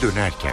dönerken.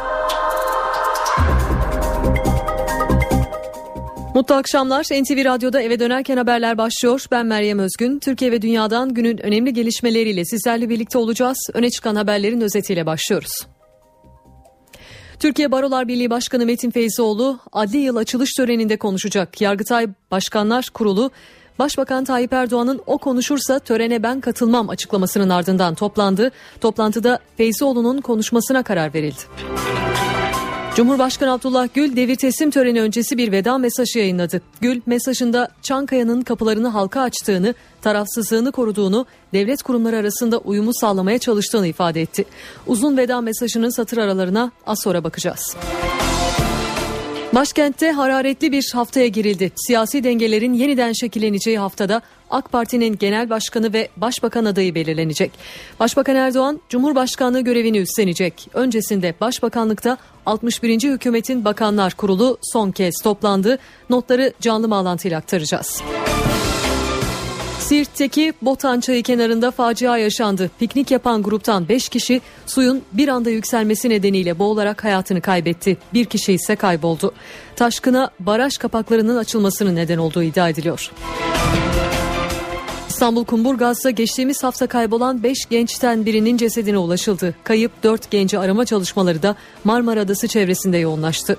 Mutlu akşamlar. NTV Radyo'da eve dönerken haberler başlıyor. Ben Meryem Özgün. Türkiye ve dünyadan günün önemli gelişmeleriyle sizlerle birlikte olacağız. Öne çıkan haberlerin özetiyle başlıyoruz. Türkiye Barolar Birliği Başkanı Metin Feyzioğlu adli yıl açılış töreninde konuşacak. Yargıtay Başkanlar Kurulu, Başbakan Tayyip Erdoğan'ın "o konuşursa törene ben katılmam" açıklamasının ardından toplandı. Toplantıda Feyzioğlu'nun konuşmasına karar verildi. Cumhurbaşkanı Abdullah Gül devir teslim töreni öncesi bir veda mesajı yayınladı. Gül mesajında Çankaya'nın kapılarını halka açtığını, tarafsızlığını koruduğunu, devlet kurumları arasında uyumu sağlamaya çalıştığını ifade etti. Uzun veda mesajının satır aralarına az sonra bakacağız. Başkentte hararetli bir haftaya girildi. Siyasi dengelerin yeniden şekilleneceği haftada AK Parti'nin genel başkanı ve başbakan adayı belirlenecek. Başbakan Erdoğan Cumhurbaşkanlığı görevini üstlenecek. Öncesinde Başbakanlıkta 61. Hükümetin Bakanlar Kurulu son kez toplandı. Notları canlı bağlantıyla aktaracağız. Siirt'teki Botan Çayı kenarında facia yaşandı. Piknik yapan gruptan 5 kişi suyun bir anda yükselmesi nedeniyle boğularak hayatını kaybetti. Bir kişi ise kayboldu. Taşkına baraj kapaklarının açılmasının neden olduğu iddia ediliyor. İstanbul Kumburgaz'da geçtiğimiz hafta kaybolan 5 gençten birinin cesedine ulaşıldı. Kayıp 4 genci arama çalışmaları da Marmara Adası çevresinde yoğunlaştı.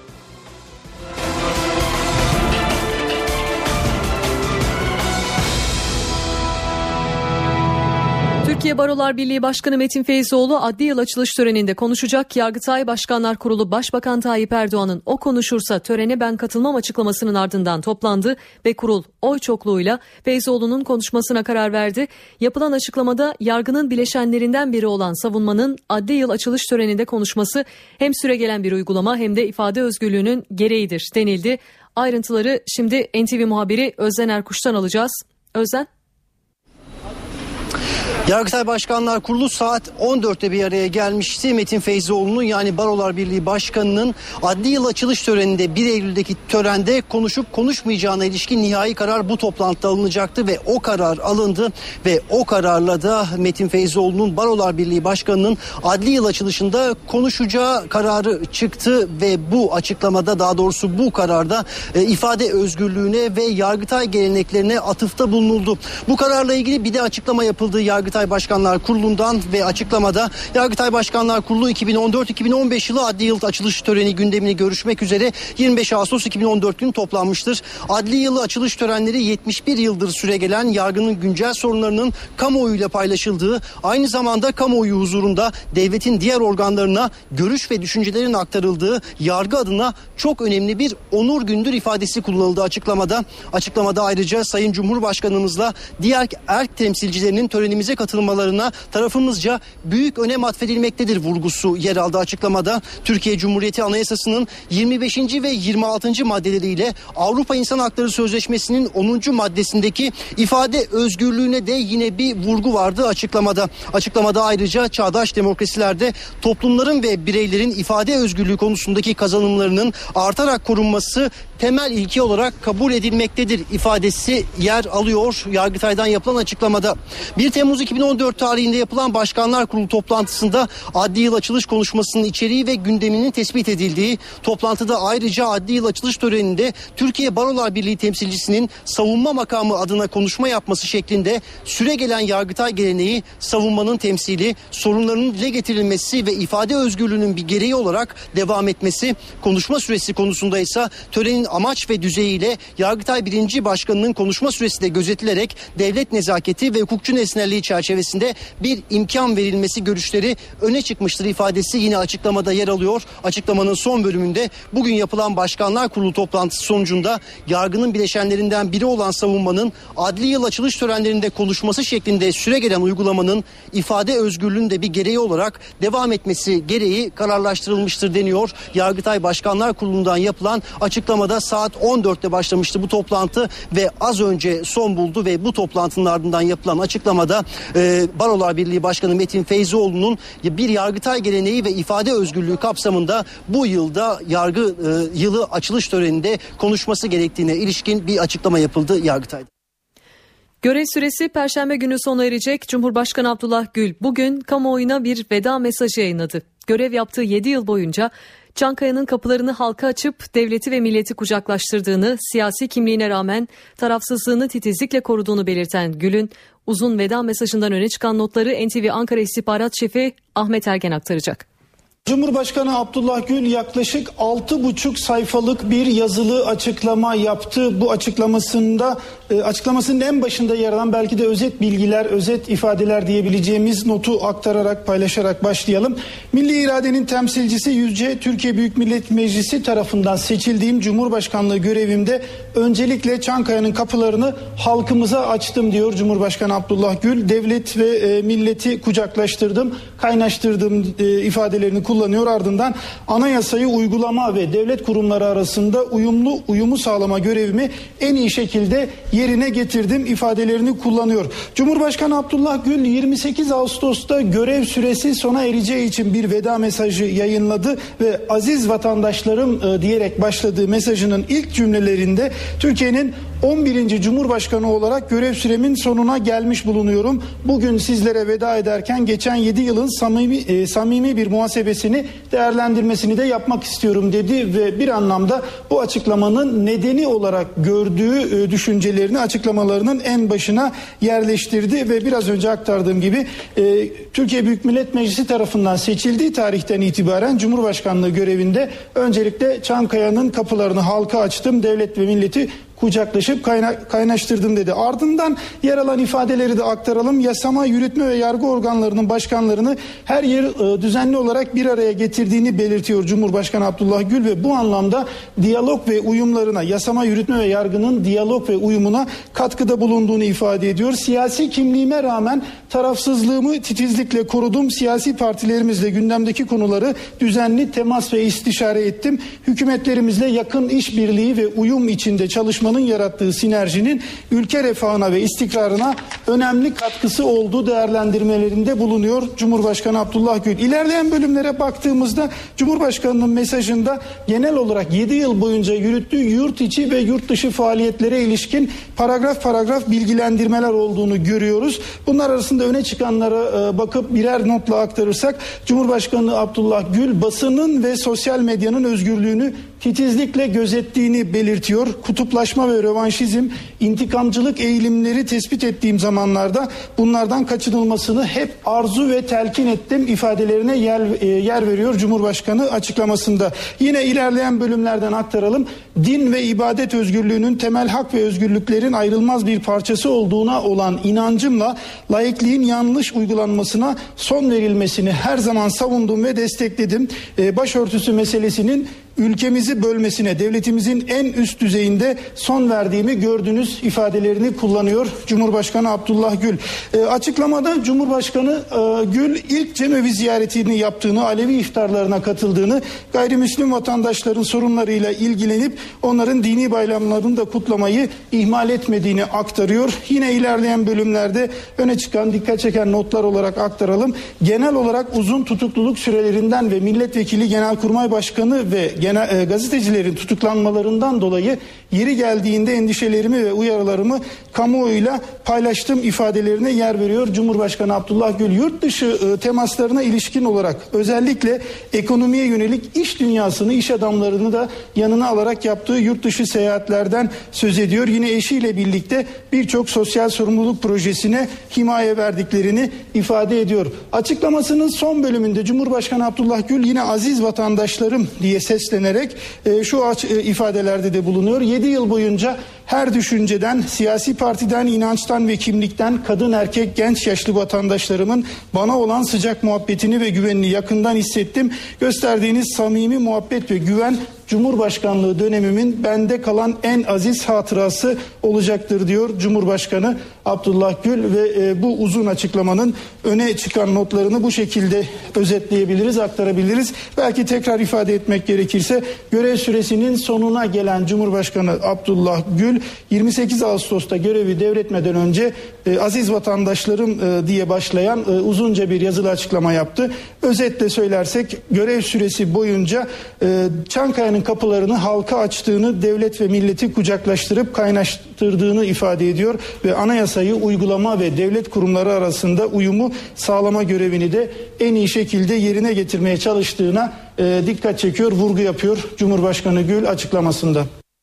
Türkiye Barolar Birliği Başkanı Metin Feyzioğlu adli yıl açılış töreninde konuşacak. Yargıtay Başkanlar Kurulu Başbakan Tayyip Erdoğan'ın "o konuşursa törene ben katılmam" açıklamasının ardından toplandı ve kurul oy çokluğuyla Feyzioğlu'nun konuşmasına karar verdi. Yapılan açıklamada yargının bileşenlerinden biri olan savunmanın adli yıl açılış töreninde konuşması hem süregelen bir uygulama hem de ifade özgürlüğünün gereğidir denildi. Ayrıntıları şimdi NTV muhabiri Özden Erkuş'tan alacağız. Özden. Yargıtay Başkanlar Kurulu saat 14'te bir araya gelmişti. Metin Feyzioğlu'nun, yani Barolar Birliği Başkanı'nın adli yıl açılış töreninde 1 Eylül'deki törende konuşup konuşmayacağına ilişkin nihai karar bu toplantıda alınacaktı ve o karar alındı ve o kararla da Metin Feyzioğlu'nun Barolar Birliği Başkanı'nın adli yıl açılışında konuşacağı kararı çıktı ve bu açıklamada, daha doğrusu bu kararda ifade özgürlüğüne ve Yargıtay geleneklerine atıfta bulunuldu. Bu kararla ilgili bir de açıklama yapıldı Yargıtay Başkanlar Kurulu'ndan ve açıklamada Yargıtay Başkanlar Kurulu 2014-2015 yılı adli yıl açılış töreni gündemini görüşmek üzere 25 Ağustos 2014 günü toplanmıştır. Adli yılı açılış törenleri 71 yıldır süregelen yargının güncel sorunlarının kamuoyuyla paylaşıldığı, aynı zamanda kamuoyu huzurunda devletin diğer organlarına görüş ve düşüncelerin aktarıldığı, yargı adına çok önemli bir onur gündür ifadesi kullanıldı açıklamada. Açıklamada ayrıca Sayın Cumhurbaşkanımızla diğer erk temsilcilerinin törenimize katılmalarına tarafımızca büyük önem atfedilmektedir vurgusu yer aldı açıklamada. Türkiye Cumhuriyeti Anayasası'nın 25. ve 26. maddeleriyle Avrupa İnsan Hakları Sözleşmesi'nin 10. maddesindeki ifade özgürlüğüne de yine bir vurgu vardı açıklamada. Açıklamada ayrıca çağdaş demokrasilerde toplumların ve bireylerin ifade özgürlüğü konusundaki kazanımlarının artarak korunması temel ilke olarak kabul edilmektedir ifadesi yer alıyor Yargıtay'dan yapılan açıklamada. 1 Temmuz 2014 tarihinde yapılan Başkanlar Kurulu toplantısında adli yıl açılış konuşmasının içeriği ve gündeminin tespit edildiği, toplantıda ayrıca adli yıl açılış töreninde Türkiye Barolar Birliği temsilcisinin savunma makamı adına konuşma yapması şeklinde süregelen Yargıtay geleneği, savunmanın temsili, sorunlarının dile getirilmesi ve ifade özgürlüğünün bir gereği olarak devam etmesi, konuşma süresi konusunda ise törenin amaç ve düzeyiyle Yargıtay 1. Başkanı'nın konuşma süresi de gözetilerek devlet nezaketi ve hukukçu nesnelliği çerçevesinde bir imkan verilmesi görüşleri öne çıkmıştır ifadesi yine açıklamada yer alıyor. Açıklamanın son bölümünde bugün yapılan Başkanlar Kurulu toplantısı sonucunda yargının bileşenlerinden biri olan savunmanın adli yıl açılış törenlerinde konuşması şeklinde süregelen uygulamanın ifade özgürlüğünde bir gereği olarak devam etmesi gereği kararlaştırılmıştır deniyor. Yargıtay Başkanlar Kurulu'ndan yapılan açıklamada saat 14'te başlamıştı bu toplantı ve az önce son buldu ve bu toplantının ardından yapılan açıklamada Barolar Birliği Başkanı Metin Feyzioğlu'nun bir Yargıtay geleneği ve ifade özgürlüğü kapsamında bu yılda yargı yılı açılış töreninde konuşması gerektiğine ilişkin bir açıklama yapıldı Yargıtay'da. Görev süresi Perşembe günü sona erecek. Cumhurbaşkanı Abdullah Gül bugün kamuoyuna bir veda mesajı yayınladı. Görev yaptığı 7 yıl boyunca Çankaya'nın kapılarını halka açıp devleti ve milleti kucaklaştırdığını, siyasi kimliğine rağmen tarafsızlığını titizlikle koruduğunu belirten Gül'ün uzun veda mesajından öne çıkan notları NTV Ankara İstihbarat Şefi Ahmet Ergen aktaracak. Cumhurbaşkanı Abdullah Gül yaklaşık 6,5 sayfalık bir yazılı açıklama yaptı. Bu açıklamasının en başında yer alan belki de özet bilgiler, özet ifadeler diyebileceğimiz notu aktararak, paylaşarak başlayalım. Milli iradenin temsilcisi Yüce Türkiye Büyük Millet Meclisi tarafından seçildiğim Cumhurbaşkanlığı görevimde öncelikle Çankaya'nın kapılarını halkımıza açtım diyor Cumhurbaşkanı Abdullah Gül. Devlet ve milleti kucaklaştırdım, kaynaştırdım ifadelerini kullanıyor. Ardından anayasayı uygulama ve devlet kurumları arasında uyumu sağlama görevimi en iyi şekilde yerine getirdim ifadelerini kullanıyor. Cumhurbaşkanı Abdullah Gül 28 Ağustos'ta görev süresi sona ereceği için bir veda mesajı yayınladı ve aziz vatandaşlarım diyerek başladığı mesajının ilk cümlelerinde Türkiye'nin 11. Cumhurbaşkanı olarak görev süremin sonuna gelmiş bulunuyorum. Bugün sizlere veda ederken geçen 7 yılın samimi bir muhasebesini, değerlendirmesini de yapmak istiyorum dedi ve bir anlamda bu açıklamanın nedeni olarak gördüğü düşüncelerini açıklamalarının en başına yerleştirdi ve biraz önce aktardığım gibi Türkiye Büyük Millet Meclisi tarafından seçildiği tarihten itibaren Cumhurbaşkanlığı görevinde öncelikle Çankaya'nın kapılarını halka açtım, devlet ve milleti kucaklaşıp kaynaştırdım dedi. Ardından yer alan ifadeleri de aktaralım. Yasama, yürütme ve yargı organlarının başkanlarını her yıl düzenli olarak bir araya getirdiğini belirtiyor Cumhurbaşkanı Abdullah Gül ve bu anlamda diyalog ve uyumlarına, yasama, yürütme ve yargının diyalog ve uyumuna katkıda bulunduğunu ifade ediyor. Siyasi kimliğime rağmen tarafsızlığımı titizlikle korudum. Siyasi partilerimizle gündemdeki konuları düzenli temas ve istişare ettim. Hükümetlerimizle yakın işbirliği ve uyum içinde çalışmanın yarattığı sinerjinin ülke refahına ve istikrarına önemli katkısı olduğu değerlendirmelerinde bulunuyor Cumhurbaşkanı Abdullah Gül. İlerleyen bölümlere baktığımızda Cumhurbaşkanı'nın mesajında genel olarak 7 yıl boyunca yürüttüğü yurt içi ve yurt dışı faaliyetlere ilişkin paragraf bilgilendirmeler olduğunu görüyoruz. Bunlar arasında öne çıkanlara bakıp birer notla aktarırsak Cumhurbaşkanı Abdullah Gül basının ve sosyal medyanın özgürlüğünü titizlikle gözettiğini belirtiyor. Kutuplaşma ve rövanşizm, intikamcılık eğilimleri tespit ettiğim zamanlarda bunlardan kaçınılmasını hep arzu ve telkin ettim ifadelerine yer veriyor Cumhurbaşkanı açıklamasında. Yine ilerleyen bölümlerden aktaralım. Din ve ibadet özgürlüğünün temel hak ve özgürlüklerin ayrılmaz bir parçası olduğuna olan inancımla laikliğin yanlış uygulanmasına son verilmesini her zaman savundum ve destekledim. Başörtüsü meselesinin ülkemizi bölmesine, devletimizin en üst düzeyinde son verdiğimi gördünüz ifadelerini kullanıyor Cumhurbaşkanı Abdullah Gül. Açıklamada Cumhurbaşkanı Gül ilk cemevi ziyaretini yaptığını, Alevi iftarlarına katıldığını, gayrimüslim vatandaşların sorunlarıyla ilgilenip onların dini bayramlarını da kutlamayı ihmal etmediğini aktarıyor. Yine ilerleyen bölümlerde öne çıkan, dikkat çeken notlar olarak aktaralım. Genel olarak uzun tutukluluk sürelerinden ve milletvekili, genelkurmay başkanı ve gazetecilerin tutuklanmalarından dolayı yeri geldiğinde endişelerimi ve uyarılarımı kamuoyuyla paylaştığım ifadelerine yer veriyor Cumhurbaşkanı Abdullah Gül. Yurt dışı temaslarına ilişkin olarak özellikle ekonomiye yönelik iş dünyasını, iş adamlarını da yanına alarak yaptığı yurt dışı seyahatlerden söz ediyor. Yine eşiyle birlikte birçok sosyal sorumluluk projesine himaye verdiklerini ifade ediyor. Açıklamasının son bölümünde Cumhurbaşkanı Abdullah Gül yine aziz vatandaşlarım diye seslenerek şu ifadelerde de bulunuyor. 7 yıl boyunca her düşünceden, siyasi partiden, inançtan ve kimlikten kadın, erkek, genç, yaşlı vatandaşlarımın bana olan sıcak muhabbetini ve güvenini yakından hissettim. Gösterdiğiniz samimi muhabbet ve güven Cumhurbaşkanlığı dönemimin bende kalan en aziz hatırası olacaktır diyor Cumhurbaşkanı Abdullah Gül ve bu uzun açıklamanın öne çıkan notlarını bu şekilde özetleyebiliriz, aktarabiliriz. Belki tekrar ifade etmek gerekirse görev süresinin sonuna gelen Cumhurbaşkanı Abdullah Gül 28 Ağustos'ta görevi devretmeden önce aziz vatandaşlarım diye başlayan uzunca bir yazılı açıklama yaptı. Özetle söylersek görev süresi boyunca Çankaya'nın Türkiye'nin kapılarını halka açtığını, devlet ve milleti kucaklaştırıp kaynaştırdığını ifade ediyor ve anayasayı uygulama ve devlet kurumları arasında uyumu sağlama görevini de en iyi şekilde yerine getirmeye çalıştığına dikkat çekiyor, vurgu yapıyor Cumhurbaşkanı Gül açıklamasında.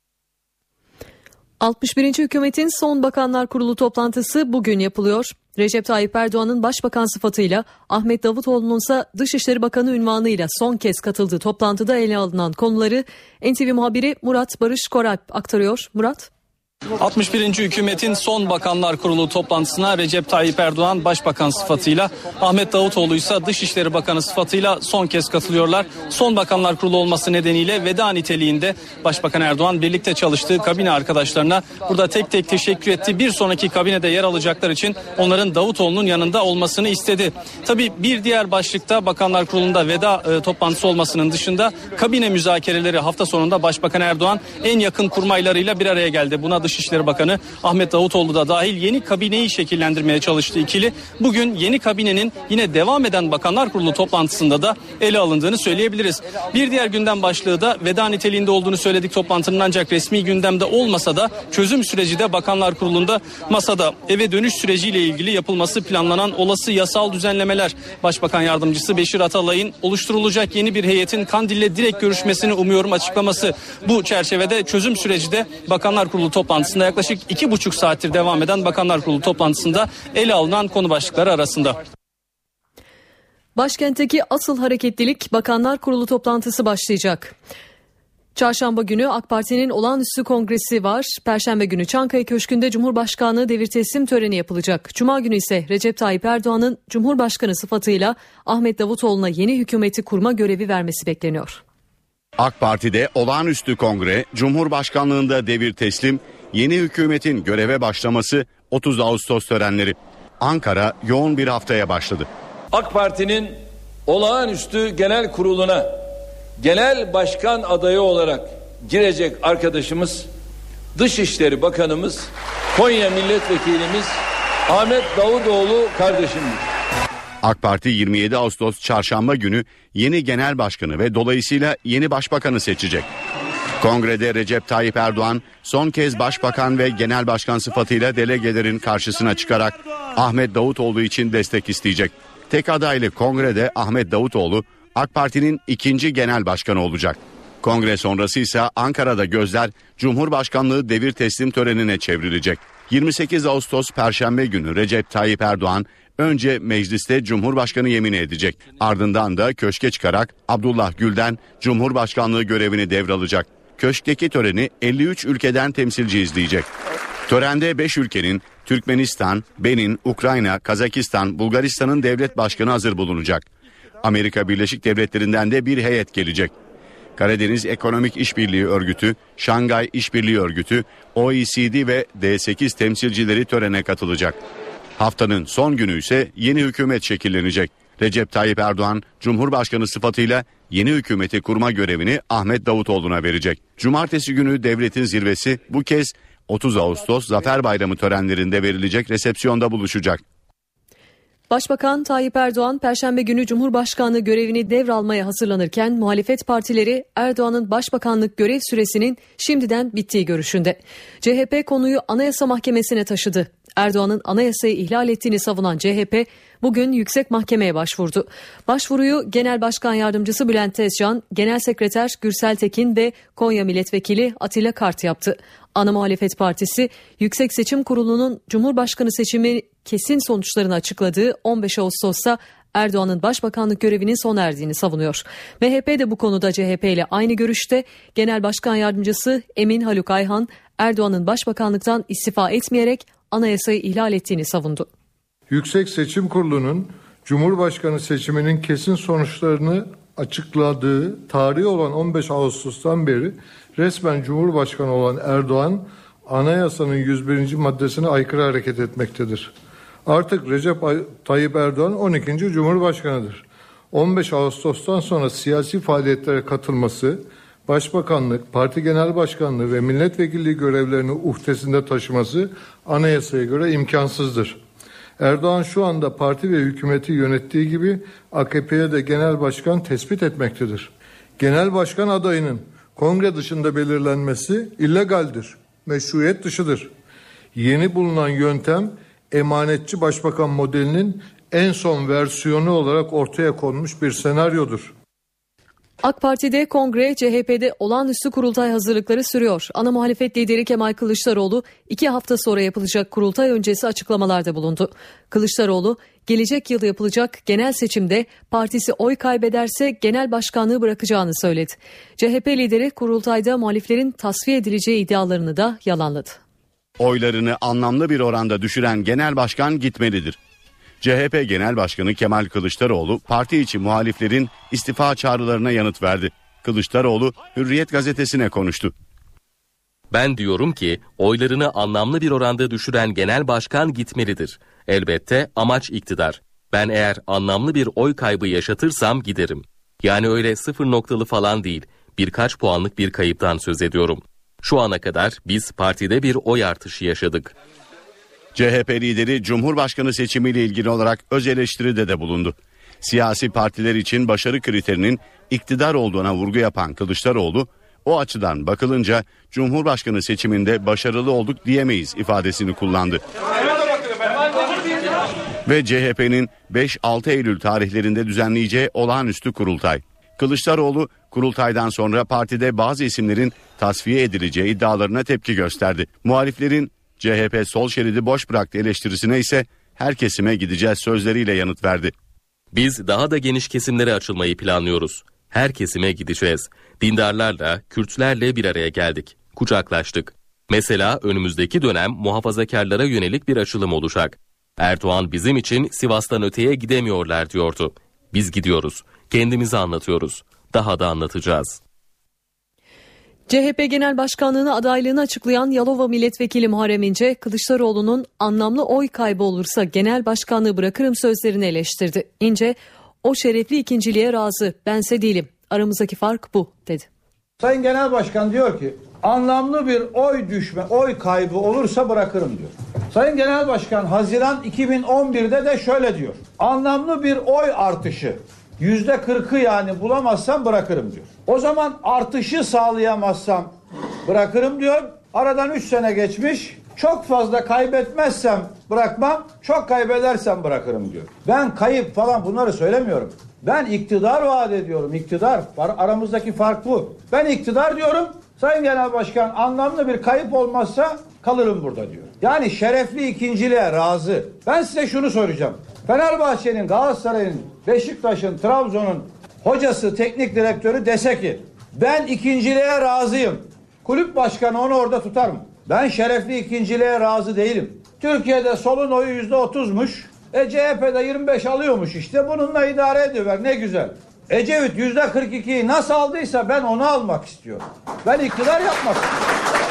61. hükümetin son Bakanlar Kurulu toplantısı bugün yapılıyor. Recep Tayyip Erdoğan'ın başbakan sıfatıyla, Ahmet Davutoğlu'nun ise Dışişleri Bakanı unvanıyla son kez katıldığı toplantıda ele alınan konuları NTV muhabiri Murat Barış Koralp aktarıyor. Murat. 61. hükümetin son Bakanlar Kurulu toplantısına Recep Tayyip Erdoğan başbakan sıfatıyla, Ahmet Davutoğlu ise Dışişleri Bakanı sıfatıyla son kez katılıyorlar. Son Bakanlar Kurulu olması nedeniyle veda niteliğinde Başbakan Erdoğan birlikte çalıştığı kabine arkadaşlarına burada tek tek teşekkür etti. Bir sonraki kabinede yer alacaklar için onların Davutoğlu'nun yanında olmasını istedi. Tabii bir diğer başlıkta Bakanlar Kurulu'nda veda toplantısı olmasının dışında kabine müzakereleri hafta sonunda Başbakan Erdoğan en yakın kurmaylarıyla bir araya geldi. Buna Dışişleri Bakanı Ahmet Davutoğlu da dahil yeni kabineyi şekillendirmeye çalıştı ikili. Bugün yeni kabinenin yine devam eden Bakanlar Kurulu toplantısında da ele alındığını söyleyebiliriz. Bir diğer gündem başlığı da veda niteliğinde olduğunu söyledik toplantının, ancak resmi gündemde olmasa da çözüm süreci de Bakanlar Kurulu'nda masada. Eve dönüş süreciyle ilgili yapılması planlanan olası yasal düzenlemeler, Başbakan Yardımcısı Beşir Atalay'ın oluşturulacak yeni bir heyetin Kandil'le direkt görüşmesini umuyorum açıklaması. Bu çerçevede çözüm süreci de Bakanlar Kurulu toplantısında yaklaşık 2,5 saattir devam eden Bakanlar Kurulu toplantısında ele alınan konu başlıkları arasında. Başkentteki asıl hareketlilik Bakanlar Kurulu toplantısı başlayacak. Çarşamba günü AK Parti'nin olağanüstü kongresi var. Perşembe günü Çankaya Köşkü'nde Cumhurbaşkanlığı devir teslim töreni yapılacak. Cuma günü ise Recep Tayyip Erdoğan'ın Cumhurbaşkanı sıfatıyla Ahmet Davutoğlu'na yeni hükümeti kurma görevi vermesi bekleniyor. AK Parti'de olağanüstü kongre, Cumhurbaşkanlığında devir teslim, yeni hükümetin göreve başlaması, 30 Ağustos törenleri. Ankara yoğun bir haftaya başladı. AK Parti'nin olağanüstü genel kuruluna genel başkan adayı olarak girecek arkadaşımız, Dışişleri Bakanımız, Konya Milletvekilimiz Ahmet Davutoğlu kardeşimdir. AK Parti 27 Ağustos Çarşamba günü yeni genel başkanı ve dolayısıyla yeni başbakanı seçecek. Kongrede Recep Tayyip Erdoğan son kez başbakan ve genel başkan sıfatıyla delegelerin karşısına çıkarak Ahmet Davutoğlu için destek isteyecek. Tek adaylı kongrede Ahmet Davutoğlu AK Parti'nin ikinci genel başkanı olacak. Kongre sonrası ise Ankara'da gözler Cumhurbaşkanlığı devir teslim törenine çevrilecek. 28 Ağustos Perşembe günü Recep Tayyip Erdoğan önce mecliste Cumhurbaşkanı yemini edecek. Ardından da köşke çıkarak Abdullah Gül'den Cumhurbaşkanlığı görevini devralacak. Köşkteki töreni 53 ülkeden temsilci izleyecek. Törende 5 ülkenin Türkmenistan, Benin, Ukrayna, Kazakistan, Bulgaristan'ın devlet başkanı hazır bulunacak. Amerika Birleşik Devletleri'nden de bir heyet gelecek. Karadeniz Ekonomik İşbirliği Örgütü, Şangay İşbirliği Örgütü, OECD ve D8 temsilcileri törene katılacak. Haftanın son günü ise yeni hükümet şekillenecek. Recep Tayyip Erdoğan Cumhurbaşkanı sıfatıyla yeni hükümeti kurma görevini Ahmet Davutoğlu'na verecek. Cumartesi günü devletin zirvesi bu kez 30 Ağustos Zafer Bayramı törenlerinde verilecek resepsiyonda buluşacak. Başbakan Tayyip Erdoğan Perşembe günü Cumhurbaşkanlığı görevini devralmaya hazırlanırken muhalefet partileri Erdoğan'ın başbakanlık görev süresinin şimdiden bittiği görüşünde. CHP konuyu Anayasa Mahkemesi'ne taşıdı. Erdoğan'ın anayasayı ihlal ettiğini savunan CHP bugün Yüksek Mahkeme'ye başvurdu. Başvuruyu Genel Başkan Yardımcısı Bülent Tezcan, Genel Sekreter Gürsel Tekin ve Konya Milletvekili Atilla Kart yaptı. Ana Muhalefet Partisi, Yüksek Seçim Kurulu'nun Cumhurbaşkanı seçimi kesin sonuçlarını açıkladığı 15 Ağustos'ta Erdoğan'ın başbakanlık görevinin sona erdiğini savunuyor. MHP de bu konuda CHP ile aynı görüşte. Genel Başkan Yardımcısı Emin Haluk Ayhan, Erdoğan'ın başbakanlıktan istifa etmeyerek anayasayı ihlal ettiğini savundu. Yüksek Seçim Kurulu'nun Cumhurbaşkanı seçiminin kesin sonuçlarını açıkladığı tarihi olan 15 Ağustos'tan beri resmen Cumhurbaşkanı olan Erdoğan, anayasanın 101. maddesine aykırı hareket etmektedir. Artık Recep Tayyip Erdoğan 12. Cumhurbaşkanıdır. 15 Ağustos'tan sonra siyasi faaliyetlere katılması, başbakanlık, parti genel başkanlığı ve milletvekilliği görevlerini uhdesinde taşıması anayasaya göre imkansızdır. Erdoğan şu anda parti ve hükümeti yönettiği gibi AKP'ye de genel başkan tespit etmektedir. Genel başkan adayının kongre dışında belirlenmesi illegaldir, meşruiyet dışıdır. Yeni bulunan yöntem emanetçi başbakan modelinin en son versiyonu olarak ortaya konmuş bir senaryodur. AK Parti'de kongre, CHP'de olağanüstü kurultay hazırlıkları sürüyor. Ana muhalefet lideri Kemal Kılıçdaroğlu 2 hafta sonra yapılacak kurultay öncesi açıklamalarda bulundu. Kılıçdaroğlu, gelecek yıl yapılacak genel seçimde partisi oy kaybederse genel başkanlığı bırakacağını söyledi. CHP lideri kurultayda muhaliflerin tasfiye edileceği iddialarını da yalanladı. Oylarını anlamlı bir oranda düşüren genel başkan gitmelidir. CHP Genel Başkanı Kemal Kılıçdaroğlu parti içi muhaliflerin istifa çağrılarına yanıt verdi. Kılıçdaroğlu Hürriyet gazetesine konuştu. Ben diyorum ki oylarını anlamlı bir oranda düşüren genel başkan gitmelidir. Elbette amaç iktidar. Ben eğer anlamlı bir oy kaybı yaşatırsam giderim. Yani öyle 0 noktalı falan değil, birkaç puanlık bir kayıptan söz ediyorum. Şu ana kadar biz partide bir oy artışı yaşadık. CHP lideri Cumhurbaşkanı seçimiyle ilgili olarak öz eleştiride de bulundu. Siyasi partiler için başarı kriterinin iktidar olduğuna vurgu yapan Kılıçdaroğlu, o açıdan bakılınca Cumhurbaşkanı seçiminde başarılı olduk diyemeyiz ifadesini kullandı. Ve CHP'nin 5-6 Eylül tarihlerinde düzenleyeceği olağanüstü kurultay. Kılıçdaroğlu kurultaydan sonra partide bazı isimlerin tasfiye edileceği iddialarına tepki gösterdi. Muhaliflerin CHP sol şeridi boş bıraktı eleştirisine ise her kesime gideceğiz sözleriyle yanıt verdi. Biz daha da geniş kesimlere açılmayı planlıyoruz. Her kesime gideceğiz. Dindarlarla, Kürtlerle bir araya geldik. Kucaklaştık. Mesela önümüzdeki dönem muhafazakarlara yönelik bir açılım olacak. Erdoğan bizim için Sivas'tan öteye gidemiyorlar diyordu. Biz gidiyoruz. Kendimizi anlatıyoruz. Daha da anlatacağız. CHP Genel Başkanlığı'na adaylığını açıklayan Yalova Milletvekili Muharrem İnce, Kılıçdaroğlu'nun anlamlı oy kaybı olursa genel başkanlığı bırakırım sözlerini eleştirdi. İnce, o şerefli ikinciliğe razı, bense değilim. Aramızdaki fark bu, dedi. Sayın Genel Başkan diyor ki, anlamlı bir oy kaybı olursa bırakırım diyor. Sayın Genel Başkan Haziran 2011'de de şöyle diyor. Anlamlı bir oy artışı, %40'ı yani bulamazsam bırakırım diyor. O zaman artışı sağlayamazsam bırakırım diyor. Aradan 3 sene geçmiş. Çok fazla kaybetmezsem bırakmam, çok kaybedersem bırakırım diyor. Ben kayıp falan bunları söylemiyorum. Ben iktidar vaat ediyorum, iktidar. Aramızdaki fark bu. Ben iktidar diyorum, Sayın Genel Başkan anlamlı bir kayıp olmazsa kalırım burada diyor. Yani şerefli ikinciliğe razı. Ben size şunu soracağım. Fenerbahçe'nin, Galatasaray'ın, Beşiktaş'ın, Trabzon'un hocası, teknik direktörü dese ki ben ikinciliğe razıyım. Kulüp başkanı onu orada tutar mı? Ben şerefli ikinciliğe razı değilim. Türkiye'de solun oyu %30'muş. CHP'de 25 alıyormuş işte. Bununla idare ediyorlar. Ne güzel. Ecevit %42'yi nasıl aldıysa ben onu almak istiyorum. Ben iktidar yapmak istiyorum.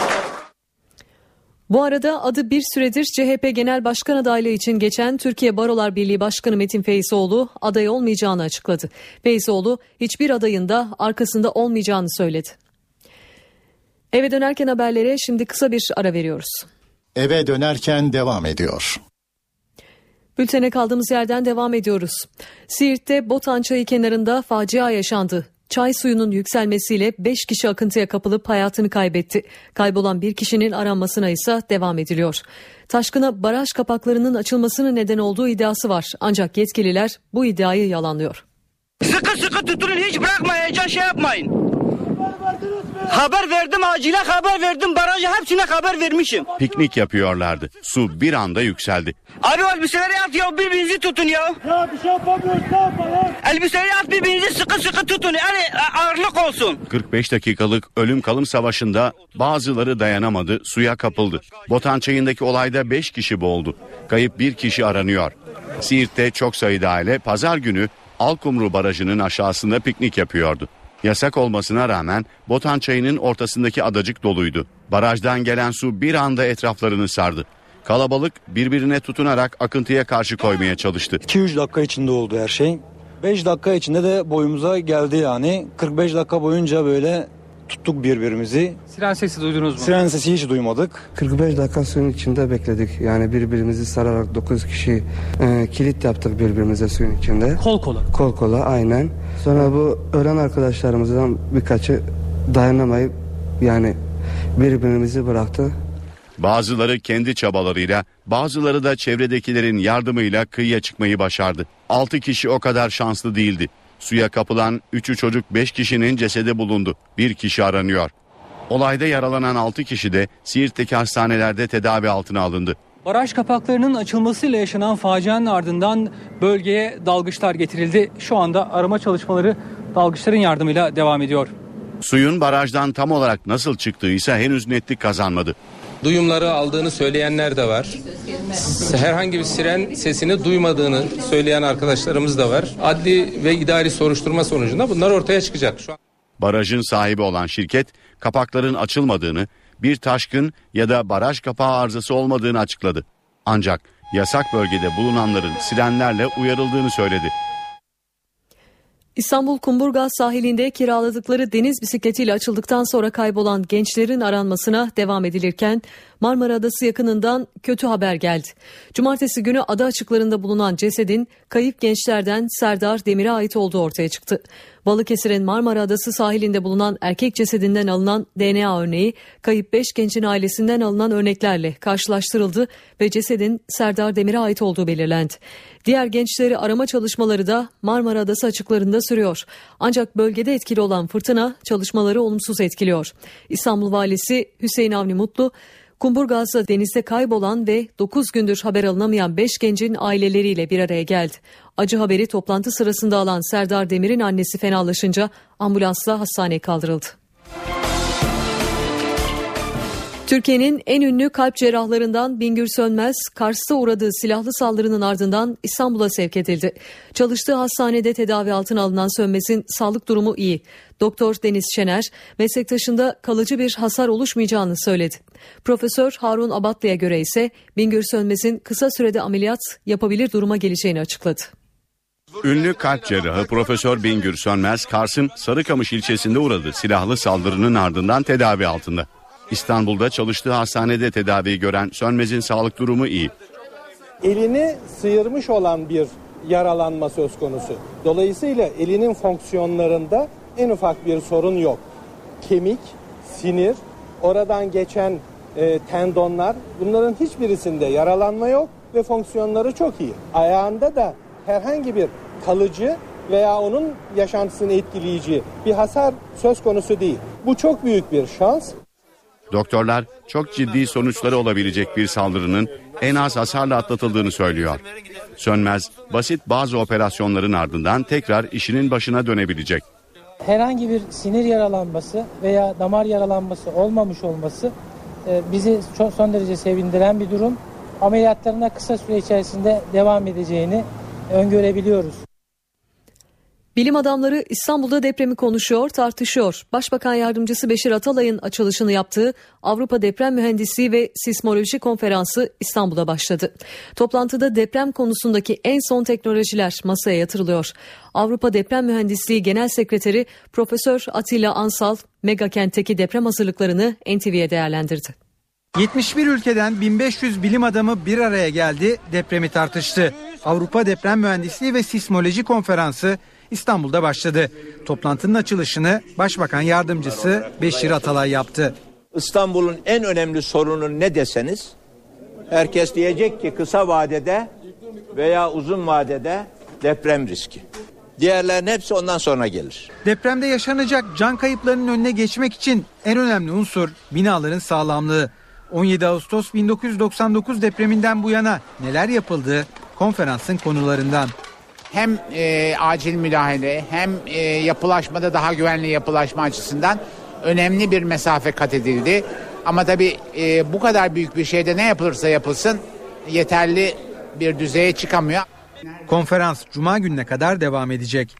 Bu arada adı bir süredir CHP Genel Başkan adaylığı için geçen Türkiye Barolar Birliği Başkanı Metin Feyzoğlu aday olmayacağını açıkladı. Feyzoğlu hiçbir adayın da arkasında olmayacağını söyledi. Eve dönerken haberlere şimdi kısa bir ara veriyoruz. Eve dönerken devam ediyor. Bültene kaldığımız yerden devam ediyoruz. Siirt'te Botan Çayı kenarında facia yaşandı. Çay suyunun yükselmesiyle 5 kişi akıntıya kapılıp hayatını kaybetti. Kaybolan bir kişinin aranmasına ise devam ediliyor. Taşkına baraj kapaklarının açılmasının neden olduğu iddiası var. Ancak yetkililer bu iddiayı yalanlıyor. Sıkı sıkı tutunun, hiç bırakmayın, şey yapmayın. Haber verdim, acile haber verdim, barajı hepsine haber vermişim. Piknik yapıyorlardı. Su bir anda yükseldi. Abi elbiseleri at ya, birbirinizi tutun ya. Ya bir şey yapamıyoruz, ne yapalım? Elbiseleri at, birbirinizi sıkı sıkı tutun, yani ağırlık olsun. 45 dakikalık ölüm kalım savaşında bazıları dayanamadı, suya kapıldı. Botan Çayı'ndaki olayda 5 kişi boğuldu. Kayıp bir kişi aranıyor. Siirt'te çok sayıda aile pazar günü Alkumru Barajı'nın aşağısında piknik yapıyordu. Yasak olmasına rağmen Botan Çayı'nın ortasındaki adacık doluydu. Barajdan gelen su bir anda etraflarını sardı. Kalabalık birbirine tutunarak akıntıya karşı koymaya çalıştı. 2-3 dakika içinde oldu her şey. 5 dakika içinde de boyumuza geldi yani. 45 dakika boyunca böyle tuttuk birbirimizi. Siren sesi duydunuz mu? Siren sesi hiç duymadık. 45 dakika suyun içinde bekledik. Yani birbirimizi sararak 9 kişi kilit yaptık birbirimize suyun içinde. Kol kola. Kol kola aynen. Sonra bu ölen arkadaşlarımızdan birkaçı dayanamayıp yani birbirimizi bıraktı. Bazıları kendi çabalarıyla, bazıları da çevredekilerin yardımıyla kıyıya çıkmayı başardı. 6 kişi o kadar şanslı değildi. Suya kapılan 3'ü çocuk 5 kişinin cesedi bulundu. 1 kişi aranıyor. Olayda yaralanan 6 kişi de Siirt'teki hastanelerde tedavi altına alındı. Baraj kapaklarının açılmasıyla yaşanan facianın ardından bölgeye dalgıçlar getirildi. Şu anda arama çalışmaları dalgıçların yardımıyla devam ediyor. Suyun barajdan tam olarak nasıl çıktığı ise henüz netlik kazanmadı. Duyumları aldığını söyleyenler de var. Herhangi bir siren sesini duymadığını söyleyen arkadaşlarımız da var. Adli ve idari soruşturma sonucunda bunlar ortaya çıkacak. Şu an... Barajın sahibi olan şirket kapakların açılmadığını, bir taşkın ya da baraj kapağı arızası olmadığını açıkladı. Ancak yasak bölgede bulunanların sirenlerle uyarıldığını söyledi. İstanbul Kumburgaz sahilinde kiraladıkları deniz bisikletiyle açıldıktan sonra kaybolan gençlerin aranmasına devam edilirken Marmara Adası yakınından kötü haber geldi. Cumartesi günü ada açıklarında bulunan cesedin kayıp gençlerden Serdar Demir'e ait olduğu ortaya çıktı. Balıkesir'in Marmara Adası sahilinde bulunan erkek cesedinden alınan DNA örneği kayıp 5 gencin ailesinden alınan örneklerle karşılaştırıldı ve cesedin Serdar Demir'e ait olduğu belirlendi. Diğer gençleri arama çalışmaları da Marmara Adası açıklarında sürüyor. Ancak bölgede etkili olan fırtına çalışmaları olumsuz etkiliyor. İstanbul Valisi Hüseyin Avni Mutlu, Kumburgaz'da denizde kaybolan ve 9 gündür haber alınamayan 5 gencin aileleriyle bir araya geldi. Acı haberi toplantı sırasında alan Serdar Demir'in annesi fenalaşınca ambulansla hastaneye kaldırıldı. Türkiye'nin en ünlü kalp cerrahlarından Bingür Sönmez, Kars'ta uğradığı silahlı saldırının ardından İstanbul'a sevk edildi. Çalıştığı hastanede tedavi altına alınan Sönmez'in sağlık durumu iyi. Doktor Deniz Şener, meslektaşında kalıcı bir hasar oluşmayacağını söyledi. Profesör Harun Abatlı'ya göre ise Bingür Sönmez'in kısa sürede ameliyat yapabilir duruma geleceğini açıkladı. Ünlü kalp cerrahı Profesör Bingür Sönmez, Kars'ın Sarıkamış ilçesinde uğradığı silahlı saldırının ardından tedavi altında. İstanbul'da çalıştığı hastanede tedavi gören Sönmez'in sağlık durumu iyi. Elini sıyırmış olan bir yaralanma söz konusu. Dolayısıyla elinin fonksiyonlarında en ufak bir sorun yok. Kemik, sinir, oradan geçen tendonlar, bunların hiçbirisinde yaralanma yok ve fonksiyonları çok iyi. Ayağında da herhangi bir kalıcı veya onun yaşantısını etkileyici bir hasar söz konusu değil. Bu çok büyük bir şans. Doktorlar çok ciddi sonuçları olabilecek bir saldırının en az hasarla atlatıldığını söylüyor. Sönmez, basit bazı operasyonların ardından tekrar işinin başına dönebilecek. Herhangi bir sinir yaralanması veya damar yaralanması olmamış olması bizi çok son derece sevindiren bir durum. Ameliyatlarına kısa süre içerisinde devam edeceğini öngörebiliyoruz. Bilim adamları İstanbul'da depremi konuşuyor, tartışıyor. Başbakan Yardımcısı Beşir Atalay'ın açılışını yaptığı Avrupa Deprem Mühendisliği ve Sismoloji Konferansı İstanbul'da başladı. Toplantıda deprem konusundaki en son teknolojiler masaya yatırılıyor. Avrupa Deprem Mühendisliği Genel Sekreteri Profesör Atilla Ansal, Megakent'teki deprem hazırlıklarını NTV'ye değerlendirdi. 71 ülkeden 1500 bilim adamı bir araya geldi, depremi tartıştı. Avrupa Deprem Mühendisliği ve Sismoloji Konferansı İstanbul'da başladı. Toplantının açılışını Başbakan Yardımcısı Beşir Atalay yaptı. İstanbul'un en önemli sorunu ne deseniz, herkes diyecek ki kısa vadede veya uzun vadede deprem riski. Diğerlerin hepsi ondan sonra gelir. Depremde yaşanacak can kayıplarının önüne geçmek için en önemli unsur binaların sağlamlığı. 17 Ağustos 1999 depreminden bu yana neler yapıldı konferansın konularından. Hem acil müdahale hem yapılaşmada daha güvenli yapılaşma açısından önemli bir mesafe kat edildi. Ama tabii bu kadar büyük bir şeyde ne yapılırsa yapılsın yeterli bir düzeye çıkamıyor. Konferans Cuma gününe kadar devam edecek.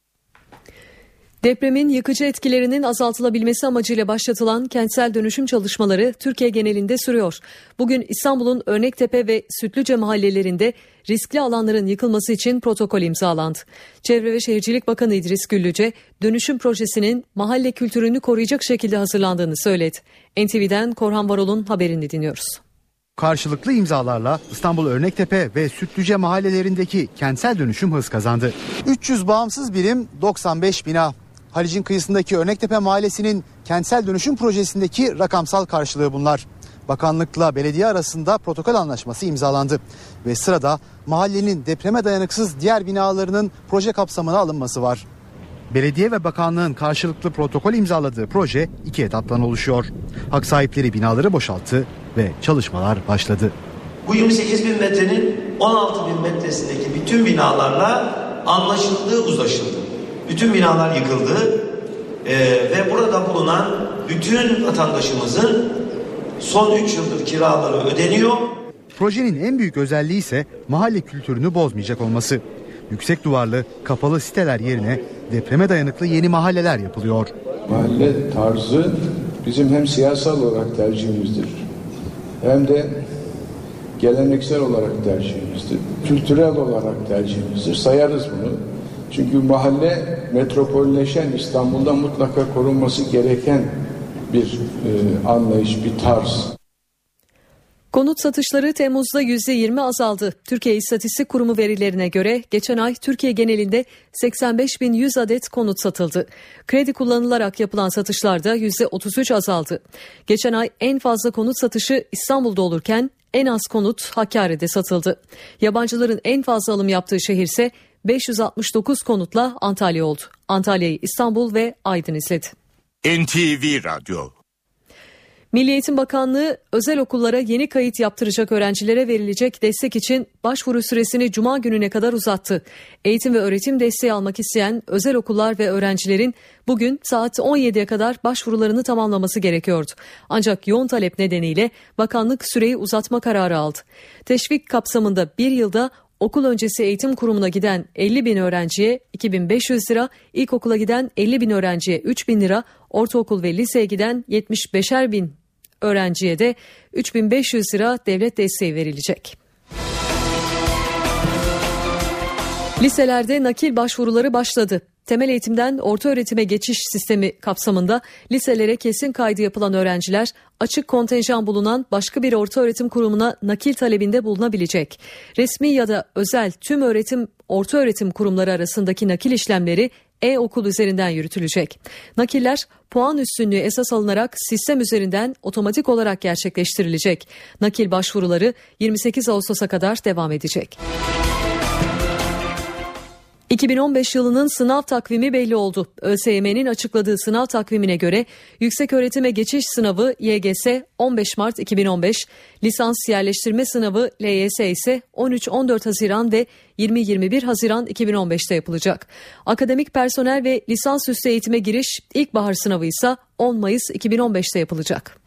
Depremin yıkıcı etkilerinin azaltılabilmesi amacıyla başlatılan kentsel dönüşüm çalışmaları Türkiye genelinde sürüyor. Bugün İstanbul'un Örnektepe ve Sütlüce mahallelerinde riskli alanların yıkılması için protokol imzalandı. Çevre ve Şehircilik Bakanı İdris Güllüce, dönüşüm projesinin mahalle kültürünü koruyacak şekilde hazırlandığını söyledi. NTV'den Korhan Varol'un haberini dinliyoruz. Karşılıklı imzalarla İstanbul Örnektepe ve Sütlüce mahallelerindeki kentsel dönüşüm hız kazandı. 300 bağımsız birim, 95 bina. Halic'in kıyısındaki Örnektepe Mahallesi'nin kentsel dönüşüm projesindeki rakamsal karşılığı bunlar. Bakanlıkla belediye arasında protokol anlaşması imzalandı ve sırada mahallenin depreme dayanıksız diğer binalarının proje kapsamına alınması var. Belediye ve bakanlığın karşılıklı protokol imzaladığı proje 2 etaptan oluşuyor. Hak sahipleri binaları boşalttı ve çalışmalar başladı. Bu 28.000 metrenin 16.000 metresindeki bütün binalarla anlaşıldı, uzlaşıldı. Bütün binalar yıkıldı ve burada bulunan bütün vatandaşımızın son 3 yıldır kiraları ödeniyor. Projenin en büyük özelliği ise mahalle kültürünü bozmayacak olması. Yüksek duvarlı, kapalı siteler yerine depreme dayanıklı yeni mahalleler yapılıyor. Mahalle tarzı bizim hem siyasal olarak tercihimizdir, hem de geleneksel olarak tercihimizdir, kültürel olarak tercihimizdir. Sayarız bunu. Çünkü mahalle metropolleşen İstanbul'da mutlaka korunması gereken bir anlayış, bir tarz. Konut satışları Temmuz'da %20 azaldı. Türkiye İstatistik Kurumu verilerine göre geçen ay Türkiye genelinde 85.100 adet konut satıldı. Kredi kullanılarak yapılan satışlarda %33 azaldı. Geçen ay en fazla konut satışı İstanbul'da olurken en az konut Hakkari'de satıldı. Yabancıların en fazla alım yaptığı şehir ise 569 konutla Antalya oldu. Antalya'yı İstanbul ve Aydın izledi. NTV Radyo. Milli Eğitim Bakanlığı özel okullara yeni kayıt yaptıracak öğrencilere verilecek destek için başvuru süresini Cuma gününe kadar uzattı. Eğitim ve öğretim desteği almak isteyen özel okullar ve öğrencilerin bugün saat 17'ye kadar başvurularını tamamlaması gerekiyordu. Ancak yoğun talep nedeniyle bakanlık süreyi uzatma kararı aldı. Teşvik kapsamında bir yılda okul öncesi eğitim kurumuna giden 50.000 öğrenciye 2.500 lira, ilkokula giden 50.000 öğrenciye 3.000 lira, ortaokul ve liseye giden 75'er bin öğrenciye de 3.500 lira devlet desteği verilecek. Liselerde nakil başvuruları başladı. Temel eğitimden orta öğretime geçiş sistemi kapsamında liselere kesin kaydı yapılan öğrenciler açık kontenjan bulunan başka bir orta öğretim kurumuna nakil talebinde bulunabilecek. Resmi ya da özel tüm orta öğretim kurumları arasındaki nakil işlemleri e-okul üzerinden yürütülecek. Nakiller puan üstünlüğü esas alınarak sistem üzerinden otomatik olarak gerçekleştirilecek. Nakil başvuruları 28 Ağustos'a kadar devam edecek. 2015 yılının sınav takvimi belli oldu. ÖSYM'nin açıkladığı sınav takvimine göre yükseköğretime geçiş sınavı YGS 15 Mart 2015, lisans yerleştirme sınavı LYS ise 13-14 Haziran ve 20-21 Haziran 2015'te yapılacak. Akademik personel ve lisansüstü eğitime giriş ilkbahar sınavı ise 10 Mayıs 2015'te yapılacak.